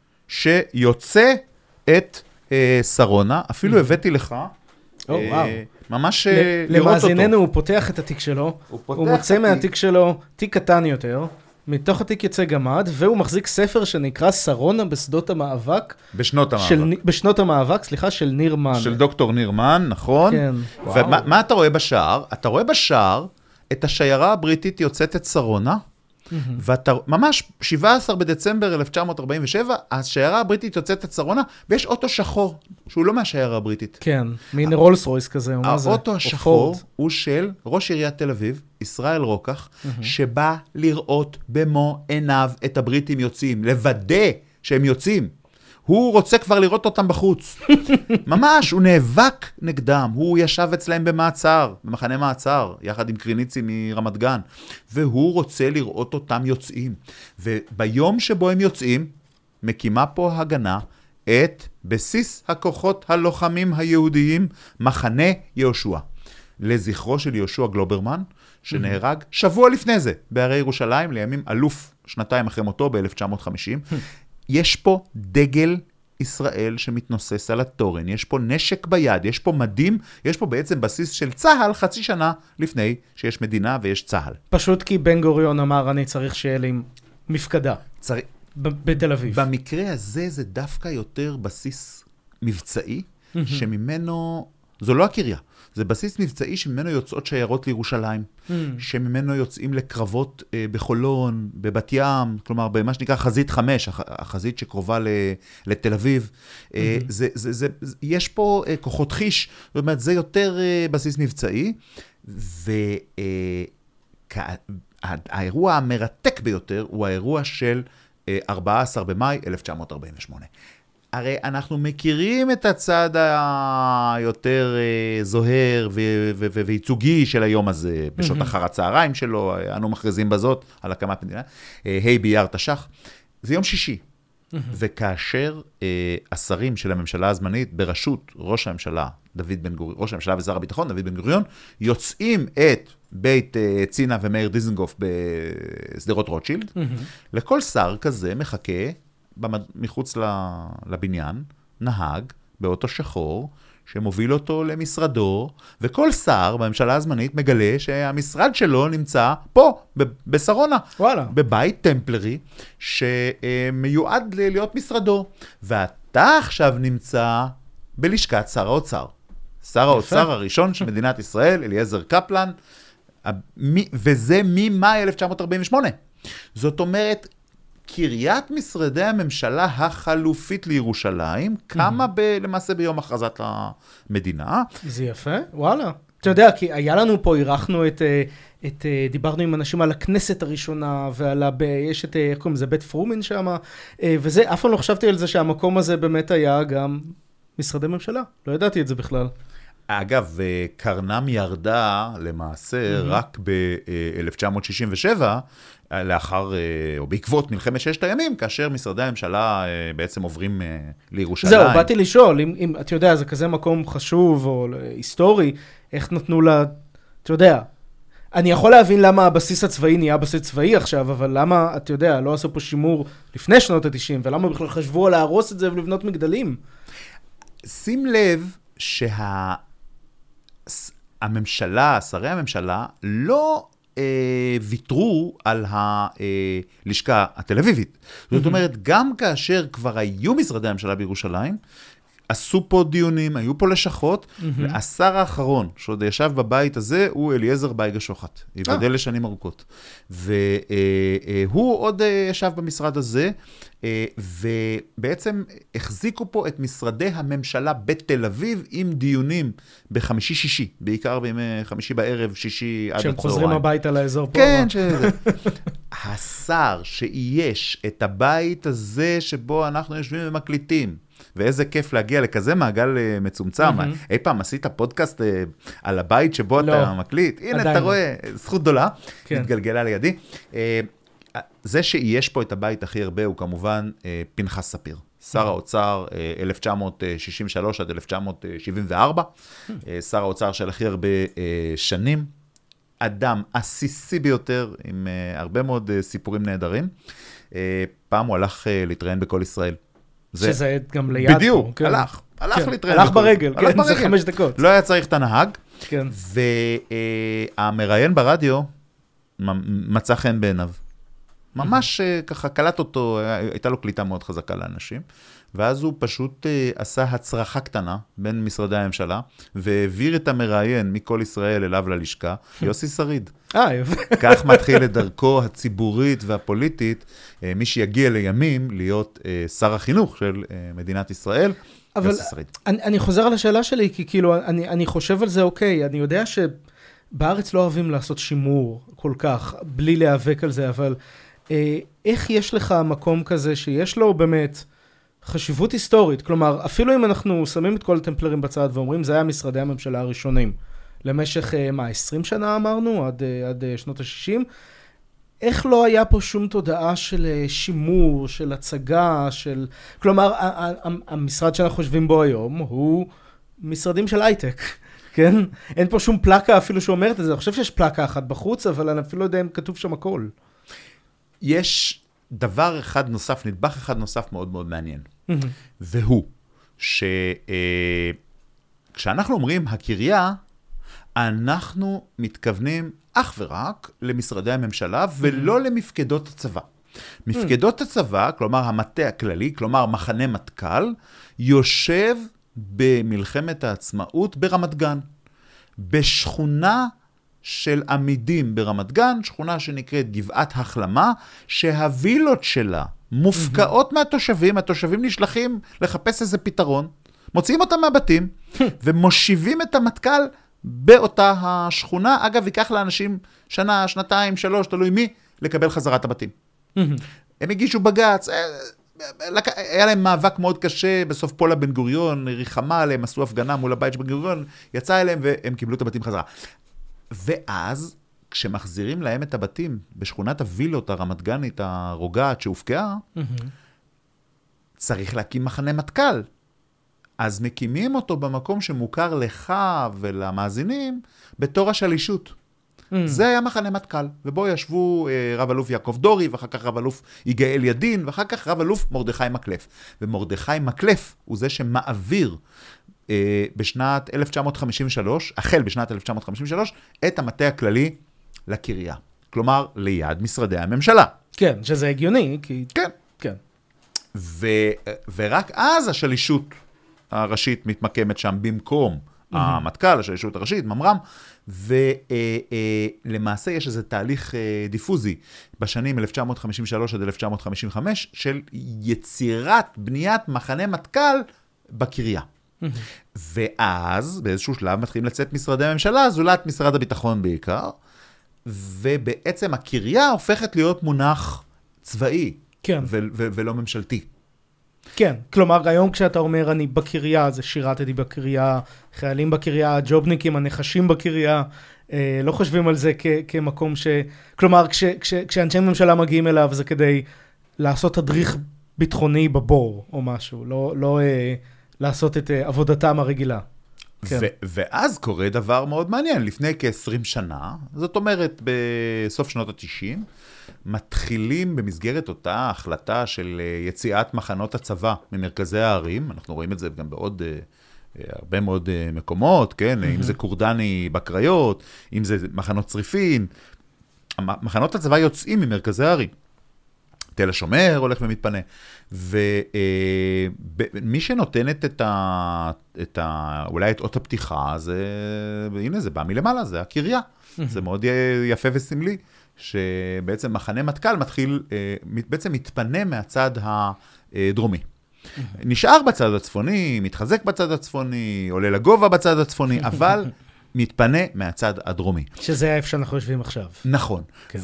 שיוצא את שרונה, אפילו הבאתי לך, ממש לראות אותו. למאזיננו הוא פותח את התיק שלו, הוא מוצא מהתיק שלו תיק קטן יותר, מתוך התיק יוצא גמד, והוא מחזיק ספר שנקרא שרונה בשדות המאבק. בשנות המאבק, סליחה, של ניר מן. של דוקטור ניר מן, נכון. כן. ומה אתה רואה בשער? אתה רואה בשער את השיירה הבריטית יוצאת את שרונה, ואתה, ממש 17 בדצמבר 1947, השיירה הבריטית יוצאת את שרונה, ויש אוטו שחור, שהוא לא מהשיירה הבריטית. כן, מין רולס רויס כזה, מה זה? האוטו השחור הוא של ראש עיריית תל אביב, ישראל רוקח, שבא לראות במו עיניו את הבריטים יוצאים, לוודא שהם יוצאים. הוא רוצה כבר לראות אותם בחוץ. ממש, הוא נאבק נגדם. הוא ישב אצלהם במעצר, במחנה מעצר, יחד עם קריניצי מרמת גן. והוא רוצה לראות אותם יוצאים. וביום שבו הם יוצאים, מקימה פה הגנה את בסיס הכוחות הלוחמים היהודיים, מחנה יהושע. לזכרו של יהושע גלוברמן, שנהרג שבוע לפני זה, בהרי ירושלים, לימים אלוף 2 אחרי מותו ב-1950. יש פה דגל ישראל שמתנוסס על התורן, יש פה נשק ביד, יש פה מדים, יש פה בעצם בסיס של צהל חצי שנה לפני שיש מדינה ויש צהל. פשוט כי בן גוריון אמר, אני צריך שיהיה לי מפקדה. בתל אביב. במקרה הזה זה דווקא יותר בסיס מבצעי, שממנו, זו לא הקריה, זה בסיס מבצעי שממנו יוצאות שיירות לירושלים, שממנו יוצאים לקרבות בחולון, בבת ים, כלומר במה שנקרא חזית 5, החזית שקרובה לתל אביב. יש פה כוחות חיש, זאת אומרת זה יותר בסיס מבצעי. והאירוע המרתק ביותר הוא האירוע של 14 במאי 1948. הרי אנחנו מכירים את הצד היותר זוהר וייצוגי של היום הזה, בשעות אחר הצהריים שלו, אנו מכריזים בזאת על הקמת מדינה, ה' באייר תש"ח. זה יום שישי, וכאשר השרים של הממשלה הזמנית, בראשות ראש הממשלה ושר הביטחון, דוד בן גוריון, יוצאים את בית צינה ומאיר דיזנגוף בסדרות רוטשילד, לכל שר כזה מחכה, מחוץ לבניין, נהג באוטו שחור, שמוביל אותו למשרדו, וכל שר בממשלה הזמנית מגלה שהמשרד שלו נמצא פה, בשרונה. וואלה. בבית טמפלרי, שמיועד להיות משרדו. ואתה עכשיו נמצא בלשכת שר האוצר. שר האוצר הראשון של מדינת ישראל, אליעזר קפלן, וזה ממאי 1948. זאת אומרת, קריית משרדי הממשלה החלופית לירושלים, קמה למעשה ביום הכרזת המדינה. זה יפה, וואלה. אתה יודע, כי היה לנו פה, אירחנו דיברנו עם אנשים על הכנסת הראשונה, יש את, זה בית פרומין שם, וזה, אף פעם לא חשבתי על זה שהמקום הזה באמת היה גם משרדי ממשלה. לא ידעתי את זה בכלל. אגב, קרנם ירדה למעשה רק ב-1967, לאחר, או בעקבות מלחמת ששת הימים, כאשר משרדי הממשלה בעצם עוברים לירושלים. זהו, באתי לשאול, אם אתה יודע, זה כזה מקום חשוב או היסטורי, איך נתנו לה, אתה יודע, אני יכול להבין למה הבסיס הצבאי נהיה בסיס צבאי עכשיו, אבל למה, אתה יודע, לא עשו פה שימור לפני שנות ה-90, ולמה בכלל חשבו להרוס את זה ולבנות מגדלים? שים לב שהממשלה, שרי הממשלה, לא ויתרו על הלשכה התל אביבית. זאת אומרת, גם כאשר כבר היו משרדי הממשלה בירושלים, עשו פה דיונים, היו פה לשכות, והשר האחרון שעוד ישב בבית הזה הוא אליעזר בייגה שוחט, ייבדל לשנים ארוכות. והוא עוד ישב במשרד הזה, ובעצם החזיקו פה את משרדי הממשלה בתל אביב עם דיונים בחמישי-שישי, בעיקר בימי חמישי בערב, שישי עד הצהריים. שהם חוזרים הביתה לאזור פה. כן, השר שאייש את הבית הזה שבו אנחנו יושבים ומקליטים, ואיזה כיף להגיע לכזה מעגל מצומצם. אי פעם עשית פודקאסט על הבית שבו אתה מקליט? הנה, אתה רואה, זכות גדולה, מתגלגלה לידי. זה שיש פה את הבית הכי הרבה הוא כמובן פנחס ספיר. שר האוצר 1963 עד 1974, שר האוצר של הכי הרבה שנים, אדם עסיסי ביותר, עם הרבה מאוד סיפורים נהדרים. פעם הוא הלך להתראיין בכל ישראל. שזה גם ליד פה. בדיוק, הלך להתראיין. הלך ברגל, כן, זה 5 דקות. לא היה צריך את הנהג, כן. והמראיין ברדיו מצא חן בעיניו. ממש ככה קלט אותו, הייתה לו קליטה מאוד חזקה לאנשים, ואז הוא פשוט עשה הצרחה קטנה בין משרדי הממשלה, והעביר את המראיין מכל ישראל אליו ללשכה, יוסי שריד. כך מתחיל את דרכו הציבורית והפוליטית, מי שיגיע לימים להיות שר החינוך של מדינת ישראל, יוסי שריד. אני חוזר על השאלה שלי, כי כאילו אני חושב על זה אוקיי, אני יודע שבארץ לא אוהבים לעשות שימור כל כך, בלי להיאבק על זה, אבל איך יש לך מקום כזה שיש לו באמת חשיבות היסטורית? כלומר, אפילו אם אנחנו שמים את כל הטמפלרים בצד ואומרים, זה היה משרדי הממשלה הראשונים, למשך, 20 שנה אמרנו, עד שנות ה-60, איך לא היה פה שום תודעה של שימור, של הצגה, של... כלומר, המשרד שאנחנו חושבים בו היום הוא משרדים של הייטק, כן? אין פה שום פלקה אפילו שאומרת את זה. אני חושב שיש פלקה אחת בחוץ, אבל אני אפילו לא יודע אם כתוב שם הכל. יש דבר אחד נוסף, נדבך אחד נוסף מאוד מאוד מעניין, והוא שכשאנחנו אומרים הקריה, אנחנו מתכוונים אך ורק למשרדי הממשלה ולא למפקדות הצבא. מפקדות הצבא, כלומר המטה הכללי, כלומר מחנה מטכ"ל, יושב במלחמת העצמאות ברמת גן, בשכונה של עמידים ברמת גן, שכונה שנקראת גבעת החלמה, שהווילות שלה מופקעות מהתושבים, התושבים נשלחים לחפש איזה פתרון, מוציאים אותם מהבתים, ומושיבים את המטכ"ל באותה השכונה. אגב, ייקח לאנשים שנה, שנתיים, 3, תלוי מי, לקבל חזרת הבתים. הם הגישו בגץ, היה להם מאבק מאוד קשה, בסוף פולה בן גוריון, ריחמה עליהם, עשו הפגנה מול הבית של בן גוריון, יצא אליהם והם קיבלו את הבתים חזרה. ואז, כשמחזירים להם את הבתים בשכונת הווילות הרמת גנית הרוגעת שהופקעה, צריך להקים מחנה מטכ"ל. אז מקימים אותו במקום שמוכר לך ולמאזינים בתור השלישות. זה היה מחנה מטכ"ל, ובו ישבו רב אלוף יעקב דורי, ואחר כך רב אלוף יגאל ידין, ואחר כך רב אלוף מרדכי מקלף. ומרדכי מקלף הוא זה שמעביר בשנת 1953, החל בשנת 1953, את המטה הכללי לקריה. כלומר, ליד משרדי הממשלה. כן, שזה הגיוני, כי... כן. כן. ורק אז השלישות הראשית מתמקמת שם במקום המטכ"ל, השלישות הראשית, ממר"ם, ולמעשה יש איזה תהליך דיפוזי בשנים 1953 עד 1955 של יצירת בניית מחנה מטכ"ל בקריה. ואז באיזשהו שלב מתחילים לצאת משרדי הממשלה, זולת משרד הביטחון בעיקר, ובעצם הקריה הופכת להיות מונח צבאי, כן. ולא ממשלתי. כן, כלומר, היום כשאתה אומר אני בקריה, זה שירתתי בקריה, חיילים בקריה, ג'ובניקים, הנחשים בקריה, לא חושבים על זה כמקום כלומר, כשאנשי ממשלה מגיעים אליו, זה כדי לעשות תדריך ביטחוני בבור או משהו, לא לעשות את עבודתם הרגילה. כן. ואז קורה דבר מאוד מעניין, לפני כ-20 שנה, זאת אומרת בסוף שנות ה-90, מתחילים במסגרת אותה החלטה של יציאת מחנות הצבא ממרכזי הערים, אנחנו רואים את זה גם בעוד הרבה מאוד מקומות, כן? אם זה קורדני בקריות, אם זה מחנות צריפין, מחנות הצבא יוצאים ממרכזי הערים. תל השומר הולך ומתפנה, ומי שנותנת אולי את אות הפתיחה, הנה זה בא מלמעלה, זה הקריה, זה מאוד יפה וסמלי, שבעצם מחנה מטכ"ל בעצם מתפנה מהצד הדרומי. נשאר בצד הצפוני, מתחזק בצד הצפוני, עולה לגובה בצד הצפוני, אבל מתפנה מהצד הדרומי. שזה איפה שאנחנו יושבים עכשיו. נכון.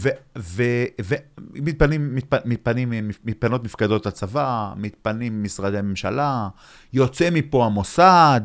מתפנות מפקדות הצבא, מתפנים משרדי הממשלה, יוצא מפה המוסד,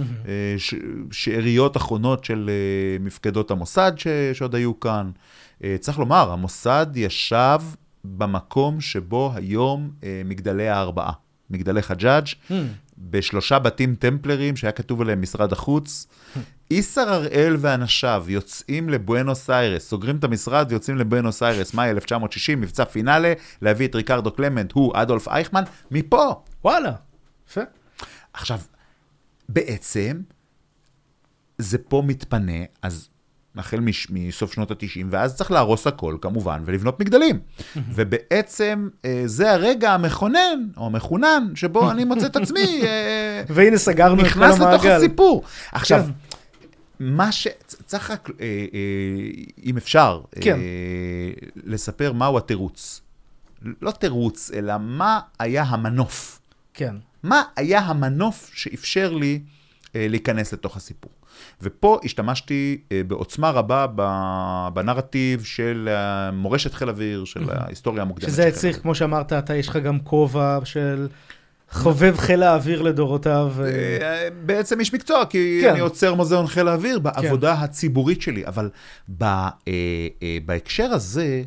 שאריות אחרונות של מפקדות המוסד שעוד היו כאן. צריך לומר, המוסד ישב במקום שבו היום מגדלי הארבעה, מגדלי חג'אג', ב3 בתים טמפלרים שהיה כתוב עליהם משרד החוץ. איסר הראל ואנשיו יוצאים לבואנוס איירס, סוגרים את המשרד ויוצאים לבואנוס איירס, מאי 1960, מבצע פינאלה, להביא את ריקרדו קלמנט, הוא אדולף אייכמן, מפה. וואלה, יפה. עכשיו, בעצם, זה פה מתפנה, אז החל מסוף שנות ה-90, ואז צריך להרוס הכל, כמובן, ולבנות מגדלים. ובעצם, זה הרגע המכונן, או המכונן, שבו אני מוצא את עצמי, והנה סגרנו את כל המעגל. נכנס לתוך הסיפור. עכשיו, מה צריך רק, אם אפשר, לספר מהו התירוץ. לא תירוץ, אלא מה היה המנוף. כן. מה היה המנוף שאפשר לי להיכנס לתוך הסיפור. ופה השתמשתי בעוצמה רבה בנרטיב של מורשת חיל אוויר, של ההיסטוריה המוקדמת. שזה צריך, כמו שאמרת, אתה יש לך גם כובע של חובב חיל האוויר לדורותיו. בעצם איש מקצוע, כי אני עוצר מוזיאון חיל האוויר בעבודה הציבורית שלי, אבל בהקשר הזה,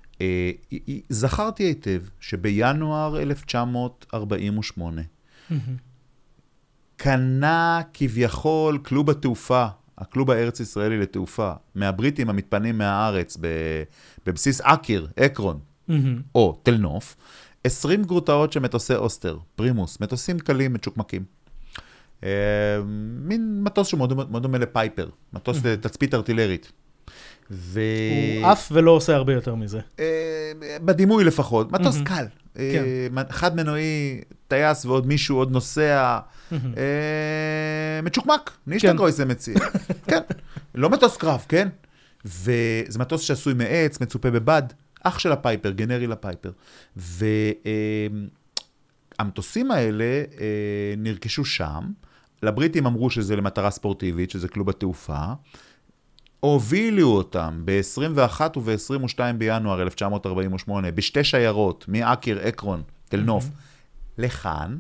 זכרתי היטב שבינואר 1948, קנה כביכול קלוב התעופה, הקלוב הארץ ישראלי לתעופה, מהבריטים המתפנים מהארץ בבסיס אקיר, אקרון, או תל נוף, 20 גרוטאות של מטוסי אוסטר, פרימוס, מטוסים קלים מצ'וקמקים. מין מטוס שמאוד דומה לפייפר, מטוס תצפית ארטילרית. הוא אף ולא עושה הרבה יותר מזה. בדימוי לפחות, מטוס קל. חד מנועי, טייס ועוד מישהו, עוד נוסע, מצ'וקמק, נישטה גרויסה מציע. כן, לא מטוס קרב, כן? וזה מטוס שעשוי מעץ, מצופה בבד, אח של הפייפר, גנרי לפייפר. והמטוסים האלה נרכשו שם, לבריטים אמרו שזה למטרה ספורטיבית, שזה כלוב התעופה, הובילו אותם ב-21 וב-22 בינואר 1948, בשתי שיירות, מאקיר, אקרון, תל נוף, לכאן,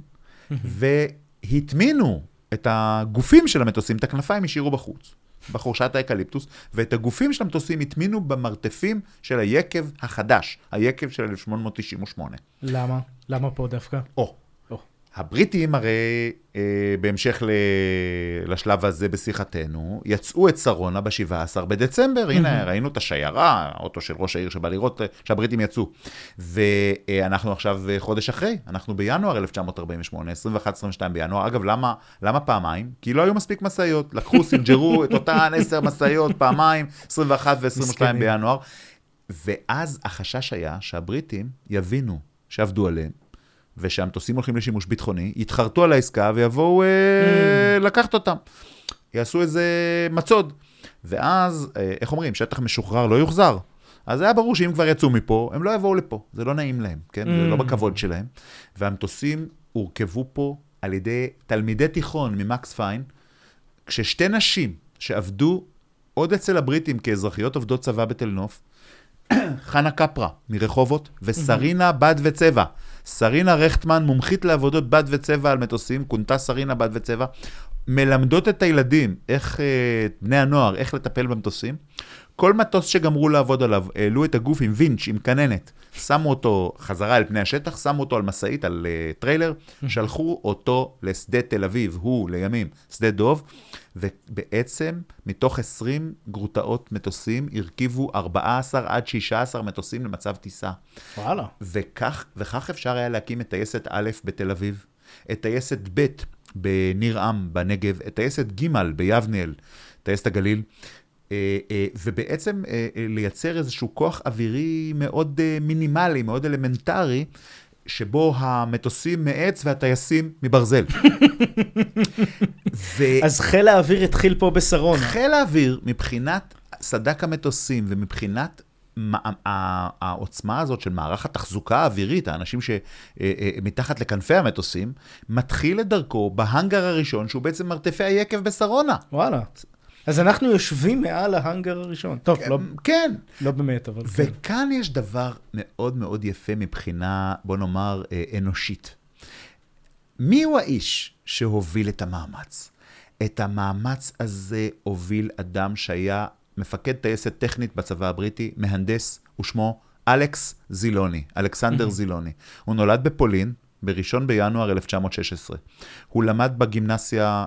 והטמינו את הגופים של המטוסים, את הכנפיים השאירו בחוץ, בחורשת האקליפטוס, ואת הגופים של המטוסים הטמינו במרתפים של היקב החדש, היקב של 1898. למה? למה פה דווקא? הבריטים הרי, בהמשך לשלב הזה בשיחתנו, יצאו את שרונה ב-17 בדצמבר. הנה, ראינו את השיירה, האוטו של ראש העיר שבא לראות שהבריטים יצאו. ואנחנו עכשיו חודש אחרי, אנחנו בינואר 1948, 21-22 בינואר. אגב, למה פעמיים? כי לא היו מספיק מסעיות. לקחו, סינג'רו את אותן 10 מסעיות פעמיים, 21 ו-22 בינואר. ואז החשש היה שהבריטים יבינו שעבדו עליהם, ושהמטוסים הולכים לשימוש ביטחוני, יתחרטו על העסקה ויבואו לקחת אותם. יעשו איזה מצוד. ואז, איך אומרים, שטח משוחרר לא יוחזר. אז היה ברור שאם כבר יצאו מפה, הם לא יבואו לפה. זה לא נעים להם, כן? זה לא בכבוד שלהם. והמטוסים הורכבו פה על ידי תלמידי תיכון ממקס פיין, כששתי נשים שעבדו עוד אצל הבריטים כאזרחיות עובדות צבא בתל נוף, חנה קפרה מרחובות, וסרינה בד וצבע. סרינה רכטמן, מומחית לעבודות בד וצבע על מטוסים, כונתה סרינה בד וצבע, מלמדות את הילדים, בני הנוער, איך לטפל במטוסים. כל מטוס שגמרו לעבוד עליו, העלו את הגוף עם וינץ', עם כננת, שמו אותו חזרה אל פני השטח, שמו אותו על מסעית, על טריילר, שלחו אותו לשדה תל אביב, הוא לימים שדה דוב, ובעצם מתוך 20 גרוטאות מטוסים, הרכיבו 14 עד 16 מטוסים למצב טיסה. וואלה. וכך אפשר היה להקים את טייסת א' בתל אביב, את טייסת ב' בניר עם בנגב, את טייסת ג' ביבניאל, טייסת הגליל, ובעצם לייצר איזשהו כוח אווירי מאוד מינימלי, מאוד אלמנטרי, שבו המטוסים מעץ והטייסים מברזל. אז חיל האוויר התחיל פה בשרונה. חיל האוויר, מבחינת סדק המטוסים ומבחינת העוצמה הזאת של מערך התחזוקה האווירית, האנשים שמתחת לכנפי המטוסים, מתחיל את דרכו בהנגר הראשון, שהוא בעצם מרתפי היקב בשרונה. וואלה. אז אנחנו יושבים מעל ההנגר הראשון. טוב, כן. לא באמת, אבל... וכאן יש דבר מאוד מאוד יפה מבחינה, בוא נאמר, אנושית. מי הוא האיש שהוביל את המאמץ? את המאמץ הזה הוביל אדם שהיה מפקד טייסת טכנית בצבא הבריטי, מהנדס, ושמו אלכס זילוני, אלכסנדר זילוני. הוא נולד בפולין, ב-1 בינואר 1916. הוא למד בגימנסיה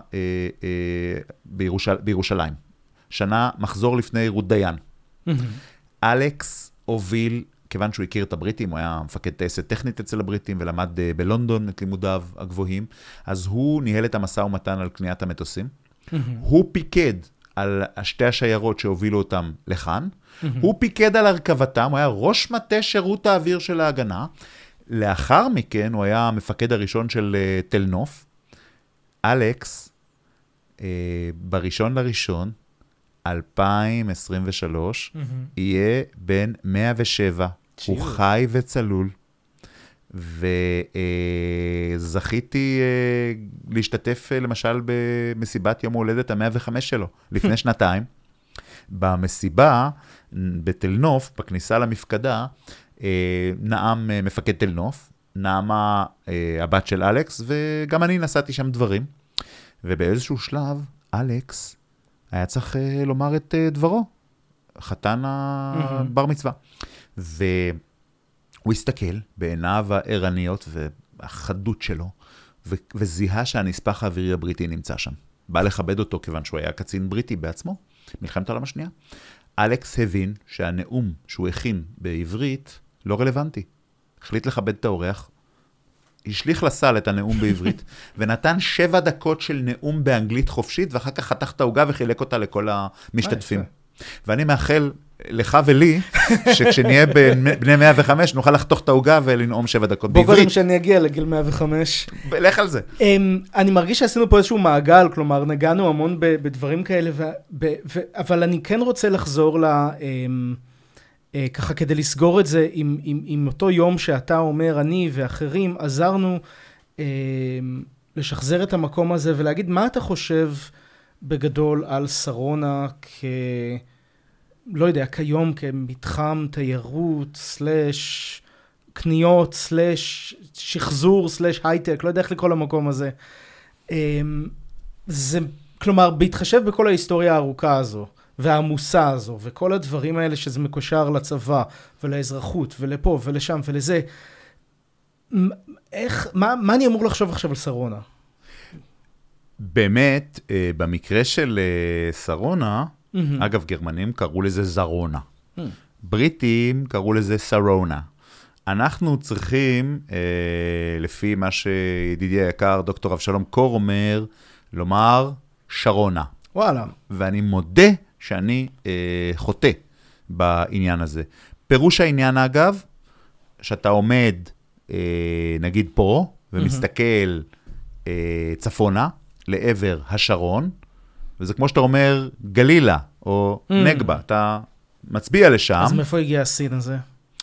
בירושלים. שנה מחזור לפני רות דיין. אלכס הוביל, כיוון שהוא הכיר את הבריטים, הוא היה מפקד טייסת טכנית אצל הבריטים, ולמד בלונדון את לימודיו הגבוהים, אז הוא ניהל את המשא ומתן על קניית המטוסים. הוא פיקד על שתי השיירות שהובילו אותם לכאן. הוא פיקד על הרכבתם, הוא היה ראש מטה שירות האוויר של ההגנה. לאחר מכן הוא היה המפקד הראשון של תל נוף. אלכס, בראשון לראשון, 2023, יהיה בן 107. הוא חי וצלול. וזכיתי להשתתף למשל במסיבת יום הולדת ה-105 שלו, לפני שנתיים. במסיבה, בתל נוף, בכניסה למפקדה, נעם מפקד תל נוף, נעמה הבת של אלכס, וגם אני נסעתי שם דברים. ובאיזשהו שלב, אלכס היה צריך לומר את דברו, חתן הבר מצווה. הוא הסתכל בעיניו הערניות והחדות שלו, וזיהה שהנספח האווירי הבריטי נמצא שם. בא לכבד אותו כיוון שהוא היה קצין בריטי בעצמו, מלחמת העולם השנייה. אלכס הבין שהנאום שהוא הכין בעברית לא רלוונטי. החליט לכבד את האורח, השליך לסל את הנאום בעברית, ונתן 7 דקות של נאום באנגלית חופשית, ואחר כך חתך את העוגה וחילק אותה לכל המשתתפים. ואני מאחל לך ולי, שכשנהיה בני 105, נוכל לחתוך את העוגה ולנאום 7 דקות בעברית. בוא קודם שאני אגיע לגיל 105. לך על זה. אני מרגיש שעשינו פה איזשהו מעגל, כלומר, נגענו המון בדברים כאלה, אבל אני כן רוצה לחזור ככה כדי לסגור את זה עם אותו יום שאתה אומר, אני ואחרים עזרנו לשחזר את המקום הזה ולהגיד מה אתה חושב בגדול על שרונה לא יודע, כיום כמתחם תיירות, סלש קניות, סלש שחזור, סלש הייטק, לא יודע איך לקרוא למקום הזה. זה, כלומר, בהתחשב בכל ההיסטוריה הארוכה הזו, והעמוסה הזו, וכל הדברים האלה שזה מקושר לצבא, ולאזרחות, ולפה, ולשם, ולזה, מה אני אמור לחשוב עכשיו על שרונה? באמת, במקרה של שרונה, אגב, גרמנים קראו לזה זרונה. בריטים קראו לזה סרונה. אנחנו צריכים, לפי מה שידידי היקר, דוקטור אבשלום קור אומר, לומר שרונה. וואלה. ואני מודה שאני חוטא בעניין הזה. פירוש העניין, אגב, שאתה עומד, נגיד פה, ומסתכל צפונה, לעבר השרון, וזה כמו שאתה אומר, גלילה, או נגבה, אתה מצביע לשם. אז מאיפה הגיע הסין הזה?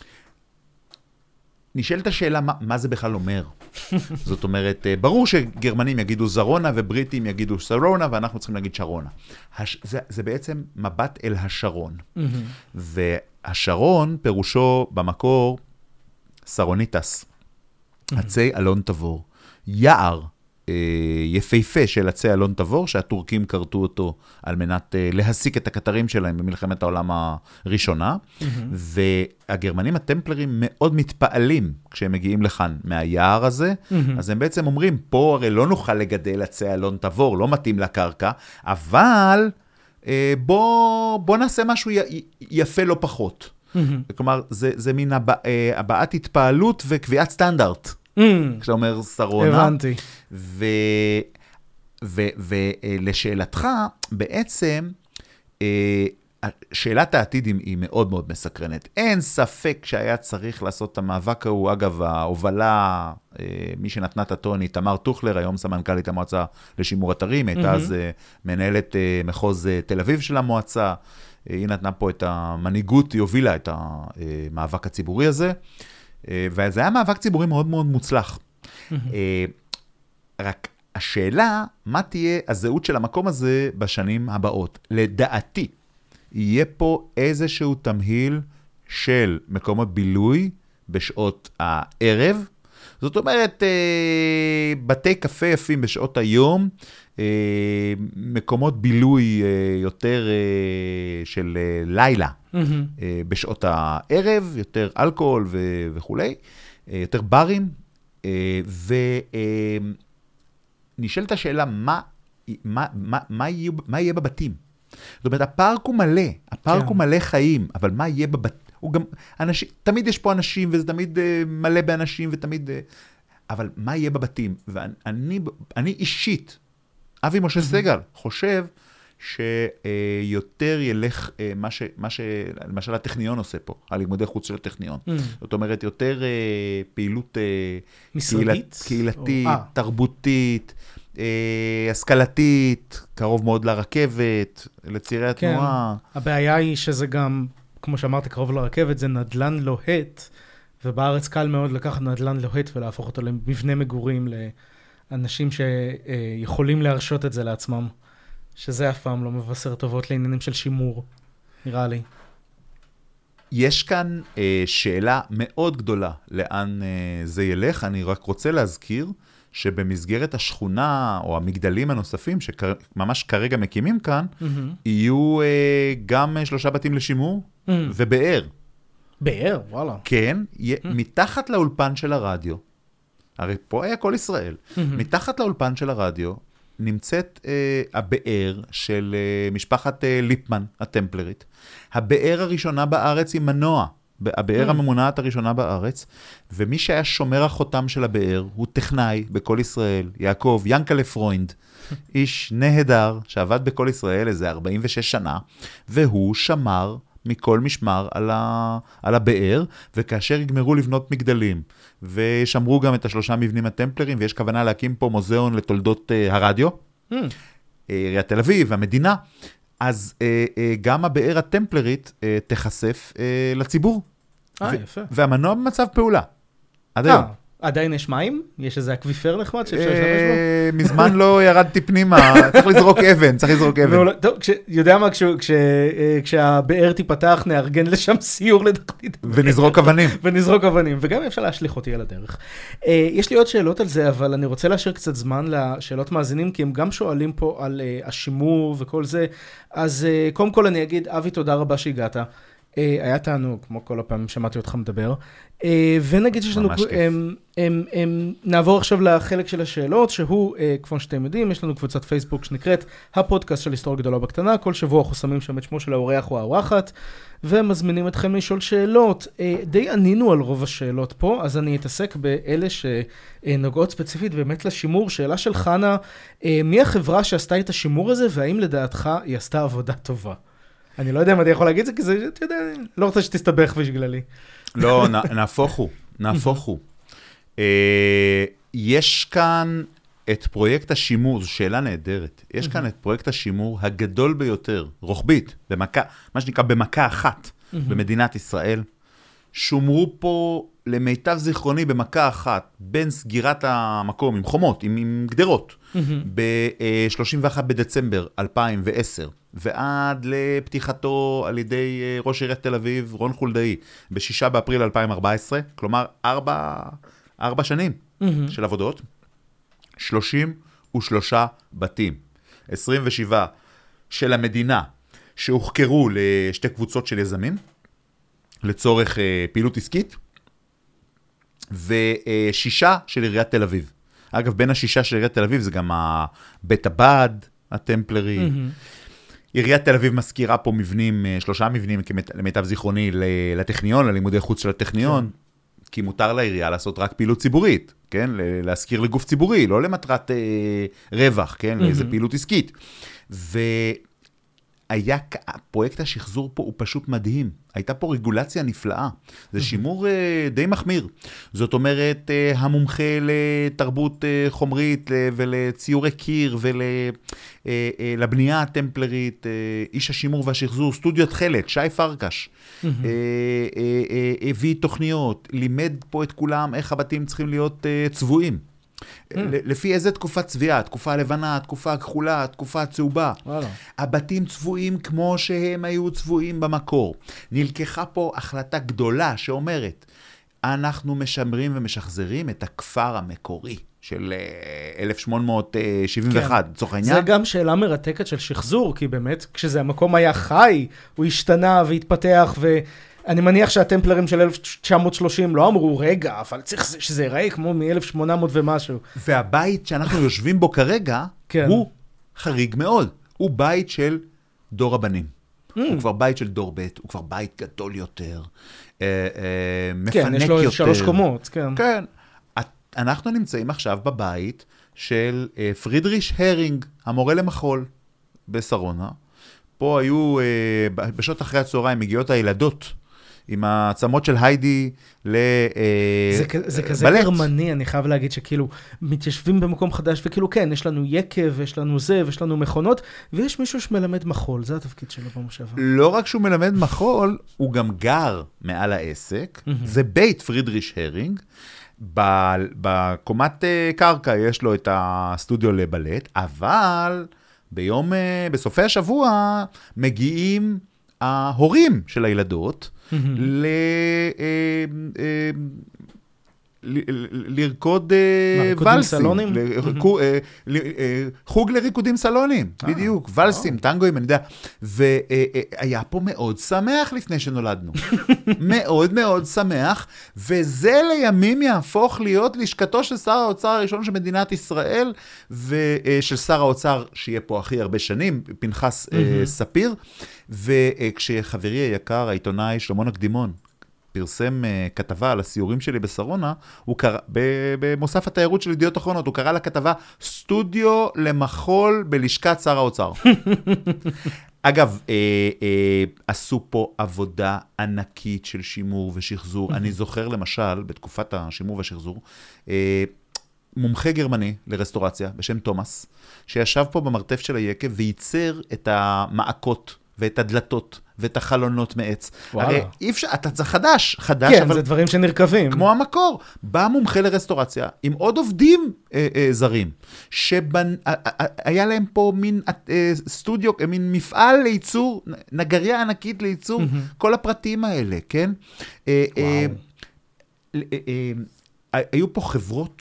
נשאלת השאלה, מה זה בכלל אומר? זאת אומרת, ברור שגרמנים יגידו זרונה, ובריטים יגידו סרונה, ואנחנו צריכים להגיד שרונה. זה בעצם מבט אל השרון. והשרון, פירושו במקור, סרוניטס, עצי אלון תבור. יער יפהפה של עצי אלון תבור, שהטורקים קרתו אותו על מנת להסיק את הקטרים שלהם במלחמת העולם הראשונה, והגרמנים הטמפלרים מאוד מתפעלים כשהם מגיעים לכאן מהיער הזה, אז הם בעצם אומרים, פה הרי לא נוכל לגדל עצי אלון תבור, לא מתאים לקרקע, אבל בוא נעשה משהו יפה לא פחות. כלומר, זה מין הבעת התפעלות וקביעת סטנדרט. כשאתה אומר שרונה. הבנתי. ולשאלתך, בעצם, שאלת העתיד היא מאוד מאוד מסקרנת. אין ספק שהיה צריך לעשות את המאבק ההוא, אגב, ההובלה, מי שנתנה את הטון היא תמר טוכלר, היום סמנכ"לית המועצה לשימור אתרים, הייתה אז מנהלת מחוז תל אביב של המועצה, היא נתנה פה את המנהיגות, היא הובילה את המאבק הציבורי הזה, וזה היה מאבק ציבורי מאוד מאוד מוצלח. רק השאלה, מה תהיה הזהות של המקום הזה בשנים הבאות? לדעתי, יהיה פה איזשהו תמהיל של מקומות בילוי בשעות הערב. זאת אומרת, בתי קפה יפים בשעות היום, מקומות בילוי יותר של לילה בשעות הערב, יותר אלכוהול וכו', יותר ברים, ונשאלת השאלה, מה יהיה בבתים? זאת אומרת, הפארק הוא מלא, הוא מלא חיים, אבל מה יהיה בבתים? הוא גם, אנשים, תמיד יש פה אנשים, וזה תמיד מלא באנשים, ותמיד, אבל מה יהיה בבתים? ואני אישית, אבי משה סגל, חושב שיותר ילך למשל הטכניון עושה פה, הלימודי חוץ של הטכניון. זאת אומרת, יותר פעילות קהילתית, תרבותית, השכלתית, קרוב מאוד לרכבת, לצירי התנועה. הבעיה היא שזה גם, כמו שאמרת, קרוב לרכבת, זה נדלן לוהט, ובארץ קל מאוד לקחת נדלן לוהט ולהפוך אותו למבנה מגורים לאנשים שיכולים להרשות את זה לעצמם, שזה אף פעם לא מבשר טובות לעניינים של שימור, נראה לי. יש כאן שאלה מאוד גדולה לאן זה ילך. אני רק רוצה להזכיר שבמסגרת השכונה או המגדלים הנוספים שממש כרגע מקימים כאן, יהיו גם 3 בתים לשימור ובאר. באר, וואלה. כן, מתחת לאולפן של הרדיו, הרי פה היה כל ישראל, מתחת לאולפן של הרדיו נמצאת הבאר של משפחת ליפמן, הטמפלרית. הבאר הראשונה בארץ היא מנוע, הבאר הממונעת הראשונה בארץ, ומי שהיה שומר החותם של הבאר הוא טכנאי בכל ישראל, יעקב ינקלה פרוינד, איש נהדר שעבד בכל ישראל איזה 46 שנה, והוא שמר מכל משמר על הבאר, וכאשר יגמרו לבנות מגדלים, ושמרו גם את 3 מבנים הטמפלרים, ויש כוונה להקים פה מוזיאון לתולדות הרדיו, עיריית תל אביב, המדינה, אז גם הבאר הטמפלרית תחשף לציבור. יפה. והמנוע במצב פעולה. עד היום. עדיין יש מים? יש איזה אקוויפר נחמד שאפשר להשתמש בו? מזמן לא ירדתי פנימה, צריך לזרוק אבן. טוב, יודע מה, כשהבאר תיפתח, נארגן לשם סיור לדחתית. ונזרוק אבנים. וגם אפשר להשליך אותי על הדרך. יש לי עוד שאלות על זה, אבל אני רוצה להשאיר קצת זמן לשאלות מאזינים, כי הם גם שואלים פה על השימור וכל זה. אז קודם כל אני אגיד, אבי, תודה רבה שהגעת. היה תענוג, כמו כל הפעמים שמעתי אותך מדבר. ונגיד שיש לנו, נעבור עכשיו לחלק של השאלות, שהוא, כמו שאתם יודעים, יש לנו קבוצת פייסבוק שנקראת הפודקאסט של היסטוריה גדולה בקטנה. כל שבוע אנחנו שמים שם את שמו של האורח או האורחת, ומזמינים אתכם לשאול שאלות. די ענינו על רוב השאלות פה, אז אני אתעסק באלה שנוגעות ספציפית באמת לשימור. שאלה של חנה, מי החברה שעשתה את השימור הזה, והאם לדעתך היא עשתה עבודה טובה? אני לא יודע אם אני יכול להגיד זה, כי זה, אתה יודע, לא רוצה שתסתבך בשגללי. לא, נהפוך הוא. יש כאן את פרויקט השימור, זו שאלה נהדרת. יש כאן את פרויקט השימור הגדול ביותר, רוחבית, מה שנקרא במכה אחת במדינת ישראל. שומרו פה למיטב זיכרוני במכה אחת, בין סגירת המקום עם חומות, עם גדרות, ב-31 בדצמבר 2010, ועד לפתיחתו על ידי ראש עיריית תל אביב, רון חולדאי, ב-6 באפריל 2014, כלומר 4 שנים של עבודות, 33 בתים, 27 של המדינה, שהוחקרו לשתי קבוצות של יזמים, לצורך פעילות עסקית, ו6 של עיריית תל אביב. אגב, בין 6 של עיריית תל אביב זה גם בית הבד, הטמפלרי. עיריית תל אביב מזכירה פה מבנים, 3 מבנים למיטב זיכרוני לטכניון, ללימודי חוץ של הטכניון, כי מותר לעירייה לעשות רק פעילות ציבורית, כן? להזכיר לגוף ציבורי, לא למטרת רווח, כן? לאיזו פעילות עסקית. פרויקט השחזור פה הוא פשוט מדהים. הייתה פה רגולציה נפלאה. זה שימור די מחמיר. זאת אומרת, המומחה לתרבות חומרית ולציורי קיר ולבנייה הטמפלרית, איש השימור והשחזור, סטודיו תחלת, שי פרקש, הביא תוכניות, לימד פה את כולם איך הבתים צריכים להיות צבועים. לפי איזה תקופת צביעה, תקופה לבנה, תקופה כחולה, תקופה צהובה. הבתים צבועים כמו שהם היו צבועים במקור. נלקחה פה החלטה גדולה שאומרת, אנחנו משמרים ומשחזרים את הכפר המקורי של 1871, לצורך העניין. זה גם שאלה מרתקת של שחזור, כי באמת כשזה המקום היה חי, הוא השתנה והתפתח אני מניח שהטמפלרים של 1930 לא אמרו, רגע, אבל צריך שזה ייראה כמו מ-1800 ומשהו. והבית שאנחנו יושבים בו כרגע, הוא חריג מאוד. הוא בית של דור הבנים. הוא כבר בית של דור ב', הוא כבר בית גדול יותר, מפנק יותר. כן, יש לו 3 קומות, כן. כן. אנחנו נמצאים עכשיו בבית של פרידריש הרינג, המורה למחול, בשרונה. פה היו, בשעות אחרי הצהריים, מגיעות הילדות, עם העצמות של היידי זה כזה גרמני, אני חייב להגיד שכאילו מתיישבים במקום חדש, וכאילו כן, יש לנו יקב, יש לנו זה, ויש לנו מכונות, ויש מישהו שמלמד מחול, זה התפקיד שלו במושבה. לא רק שהוא מלמד מחול, הוא גם גר מעל העסק, זה בית פרידריש הרינג, בקומת קרקע יש לו את הסטודיו לבלט, אבל בסופי השבוע מגיעים ההורים של הילדות לרקוד ולסים. חוג לריקודים סלונים, בדיוק, ולסים, טנגויים, אני יודע. והיה פה מאוד שמח לפני שנולדנו. מאוד מאוד שמח, וזה לימים יהפוך להיות לשכתו של שר האוצר הראשון של מדינת ישראל, ושל שר האוצר שיהיה פה הכי הרבה שנים, פנחס ספיר, וכשחברי היקר, העיתונאי שלמה נקדימון, פרסם כתבה על הסיורים שלי בשרונה, הוא קרא, במוסף התיירות של ידיעות אחרונות, הוא קרא לכתבה סטודיו למחול בלשכת שר האוצר. אגב, עשו פה עבודה ענקית של שימור ושחזור. אני זוכר למשל, בתקופת השימור והשחזור, מומחה גרמני לרסטורציה בשם תומאס, שישב פה במרתף של היקב וייצר את המעקות ואת הדלתות ואת החלונות מעץ. וואלה. הרי אי אפשר, אתה צריך חדש, כן, אבל זה דברים שנרכבים. כמו המקור. בא מומחה לרסטורציה עם עוד עובדים זרים, שהיה להם פה מין סטודיו, מין מפעל לייצור, נגריה ענקית לייצור, כל הפרטים האלה, כן? היו פה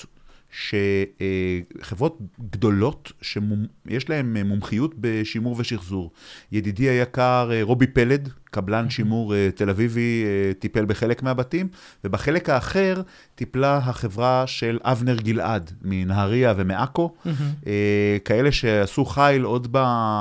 חברות גדולות שיש להן מומחיות בשימור ושחזור. ידידי היקר רובי פלד, קבלן שימור תל אביבי, טיפל בחלק מהבתים, ובחלק האחר טיפלה החברה של אבנר גלעד, מנהריה ומעכו, כאלה שעשו חיל עוד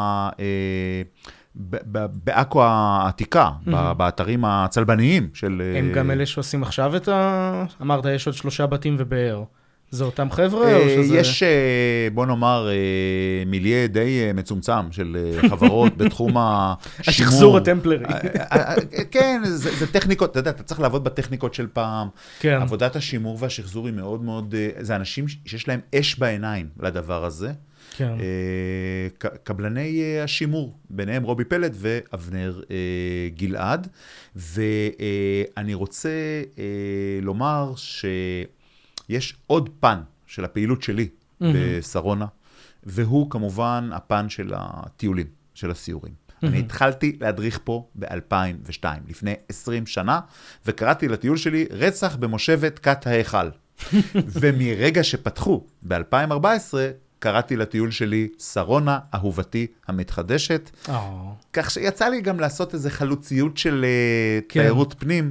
בעכו העתיקה, באתרים הצלבניים של... הם גם אלה שעושים עכשיו אמרת, יש עוד 3 בתים ובאר. זה אותם חבר'ה או שזה... יש, בוא נאמר, מיליה די מצומצם של חברות בתחום השימור. השחזור הטמפלרי. כן, זה טכניקות, אתה יודע, אתה צריך לעבוד בטכניקות של פעם. כן. עבודת השימור והשחזור היא מאוד מאוד, זה אנשים שיש להם אש בעיניים לדבר הזה. כן. קבלני השימור, ביניהם רובי פלד ואבנר גלעד. ואני רוצה לומר יש עוד פן של הפעילות שלי בסרונה, והוא כמובן הפן של הטיולים, של הסיורים. אני התחלתי להדריך פה ב-2002, לפני 20 שנה, וקראתי לטיול שלי רצח במושבת כת ההיכל. ומרגע שפתחו ב-2014, קראתי לטיול שלי סרונה, אהובתי המתחדשת, כך שיצא לי גם לעשות איזו חלוציות של תיירות פנים,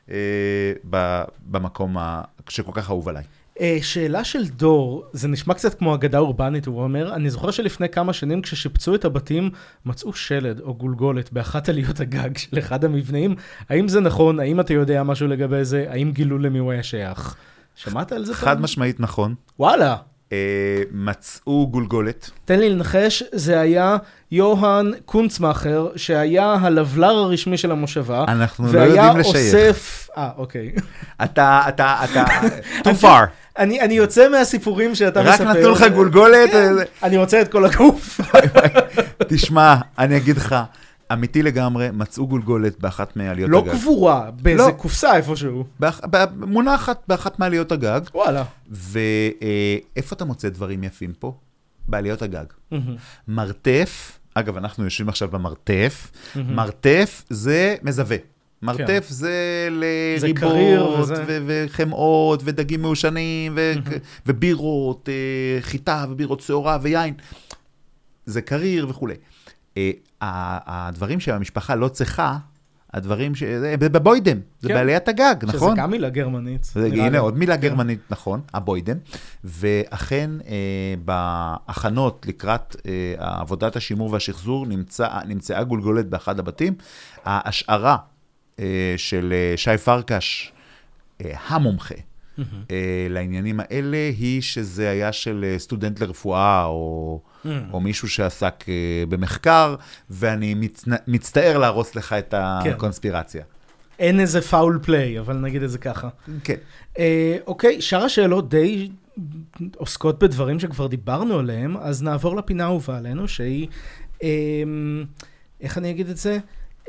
במקום שכל כך אהוב עליי. שאלה של דור, זה נשמע קצת כמו אגדה אורבנית, הוא אומר, אני זוכר שלפני כמה שנים כששיפצו את הבתים, מצאו שלד או גולגולת באחת עליות הגג של אחד המבנים. האם זה נכון? האם אתה יודע משהו לגבי זה? האם גילו למי הוא היה שייך? שמעת על זה פעם? חד משמעית נכון. וואלה. מצאו גולגולת. תן לי לנחש, זה היה יוהן קונצמאחר, שהיה הלבלר הרשמי של המושבה. אנחנו לא יודעים לשייך. והיה אוסף... אוקיי. אתה, too far. אני יוצא מהסיפורים שאתה מספר. רק נתנו לך גולגולת. אני רוצה את כל הגוף. תשמע, אני אגיד לך, אמיתי לגמרי, מצאו גולגולת באחת מעליות הגג. לא קבורה, באיזה קופסה איפשהו. מונחת באחת מעליות הגג. וואלה. ואיפה אתה מוצא דברים יפים פה? בעליות הגג. מרתף, אגב, אנחנו יושבים עכשיו במרתף, מרתף זה מזווה. מרתף זה לריבות וחמאות ודגים מעושנים ובירות, חיטה ובירות שעורה ויין. זה קריר וכו'. הדברים שהמשפחה לא צריכה, הדברים בבוידם, זה בעליית הגג, נכון? שזה גם מילה גרמנית. הנה, עוד מילה גרמנית, נכון, הבוידם. ואכן, בהכנות לקראת עבודת השימור והשחזור, נמצאה גולגולת באחד הבתים. ההשערה של שי פרקש, המומחה, לעניינים האלה, היא שזה היה של סטודנט לרפואה, או מישהו שעסק במחקר, ואני מצטער להרוס לך את הקונספירציה. אין איזה פאול פליי, אבל נגיד את זה ככה. כן. אוקיי, שאר השאלות די עוסקות בדברים שכבר דיברנו עליהם, אז נעבור לפינה האהובה עלינו, שהיא, איך אני אגיד את זה?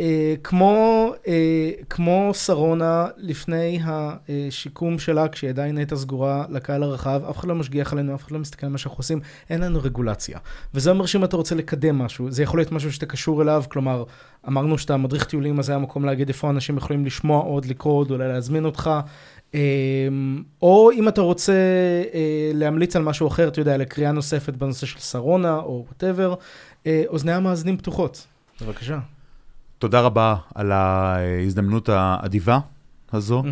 כמו סרונה לפני השיקום שלה, כשהיא עדיין הייתה סגורה לקהל הרחב, אף אחד לא משגיח עלינו, אף אחד לא מסתכל על מה שאנחנו עושים, אין לנו רגולציה. וזה אומר שאם אתה רוצה לקדם משהו, זה יכול להיות משהו שאתה קשור אליו, כלומר, אמרנו שאתה מדריך טיולים, אז היה מקום להגיד איפה אנשים יכולים לשמוע עוד, לקרוא עוד, אולי להזמין אותך, או אם אתה רוצה להמליץ על משהו אחר, אתה יודע, לקריאה נוספת בנושא של סרונה, או whatever, אוזני המאזינים פתוחות. בבקשה. תודה רבה על ההזדמנות האדיבה הזו.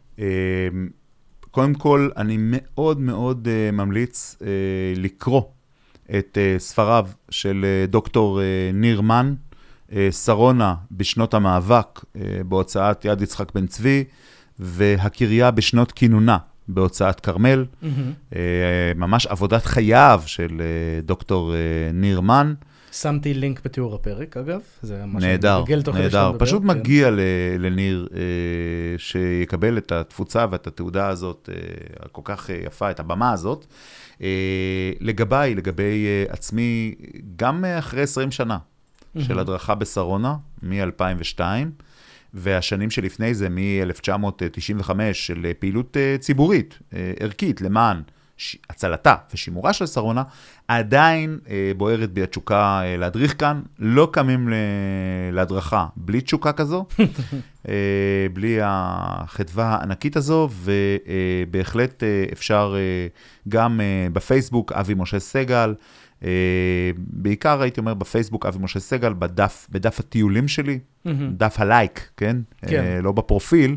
קודם כל, אני מאוד מאוד ממליץ לקרוא את ספריו של דוקטור ניר מן, סרונה בשנות המאבק בהוצאת יד יצחק בן צבי, והקריה בשנות כינונה בהוצאת קרמל. ממש עבודת חייו של דוקטור ניר מן. שמתי לינק בתיאור הפרק, אגב. נהדר, נהדר. פשוט מגיע לניר שיקבל את התפוצה ואת התעודה הזאת, כל כך יפה, את הבמה הזאת. לגבי עצמי, גם אחרי 20 שנה, של הדרכה בשרונה, מ-2002, והשנים שלפני זה, מ-1995, של פעילות ציבורית, ערכית, למען הצלתה ושימורה של שרונה, עדיין בוערת בי התשוקה להדריך כאן, לא קמים להדרכה בלי תשוקה כזו, בלי החדווה הענקית הזו, ובהחלט אפשר גם בפייסבוק, אבי משה סגל, בעיקר הייתי אומר בפייסבוק, אבי משה סגל, בדף הטיולים שלי, דף הלייק, כן? לא בפרופיל,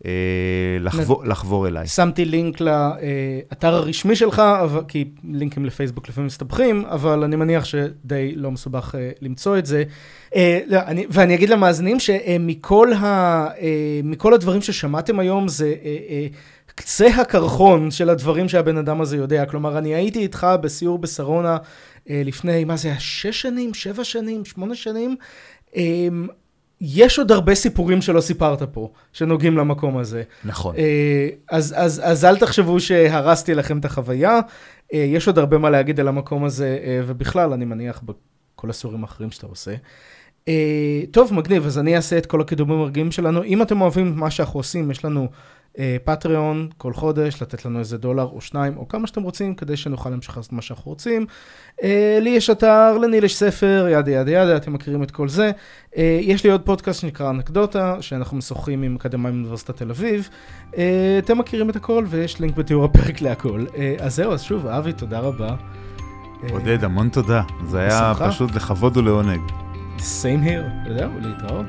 לחבור אליי. שמתי לינק לאתר הרשמי שלך, כי לינקים לפייסבוק לפעמים מסתבכים, אבל אני מניח שדי לא מסובך למצוא את זה. ואני אגיד למאזינים שמכל הדברים ששמעתם היום, זה קצה הקרחון של הדברים שהבן אדם הזה יודע. כלומר, אני הייתי איתך בסיור בשרונה לפני, מה זה, 6 שנים, 7 שנים, 8 שנים. יש עוד הרבה סיפורים שלא סיפרת פה, שנוגעים למקום הזה. נכון. אז אל תחשבו שהרסתי לכם את החוויה. יש עוד הרבה מה להגיד על המקום הזה, ובכלל, אני מניח בכל הסיורים האחרים שאתה עושה. טוב, מגניב, אז אני אעשה את כל הקידומים הרגעים שלנו. אם אתם אוהבים מה שאנחנו עושים, יש לנו פטריון כל חודש, לתת לנו איזה $1 או 2 או כמה שאתם רוצים, כדי שנוכל להמשיך לעשות מה שאנחנו רוצים. לי יש אתר, לניל יש ספר, ידה, אתם מכירים את כל זה. יש לי עוד פודקאסט שנקרא אנקדוטה, שאנחנו משוחחים עם אקדמאים באוניברסיטת תל אביב. אתם מכירים את הכל, ויש לינק בתיאור הפרק להכל. אז זהו, אז שוב, אבי, תודה רבה. עודד, המון תודה. זה היה פשוט לכבוד ולעונג. Same here. וזהו, להתראות.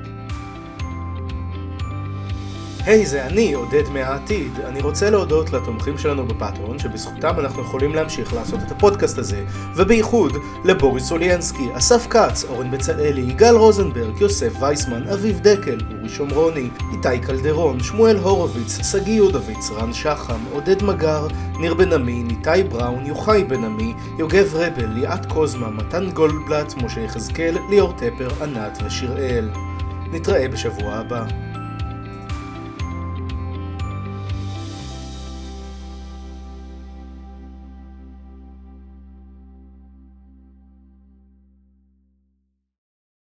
היי, זה אני, עודד מהעתיד. אני רוצה להודות לתומכים שלנו בפטרון, שבזכותם אנחנו יכולים להמשיך לעשות את הפודקאסט הזה, ובייחוד לבוריס סוליינסקי, אסף קץ, אורן בצלאלי, יגאל רוזנברג, יוסף וייסמן, אביב דקל, אורי שומרוני, איתי קלדרון, שמואל הורוביץ, סגי יודוביץ, רן שחם, עודד מגר, ניר בן עמי, ניתי בראון, יוחאי בן עמי, יוגב רבל, ליאת קוזמה, מתן גולדבלט, משה יחזקאל, ליאור טפר, ענת ושיראל. נתראה בשבוע הבא.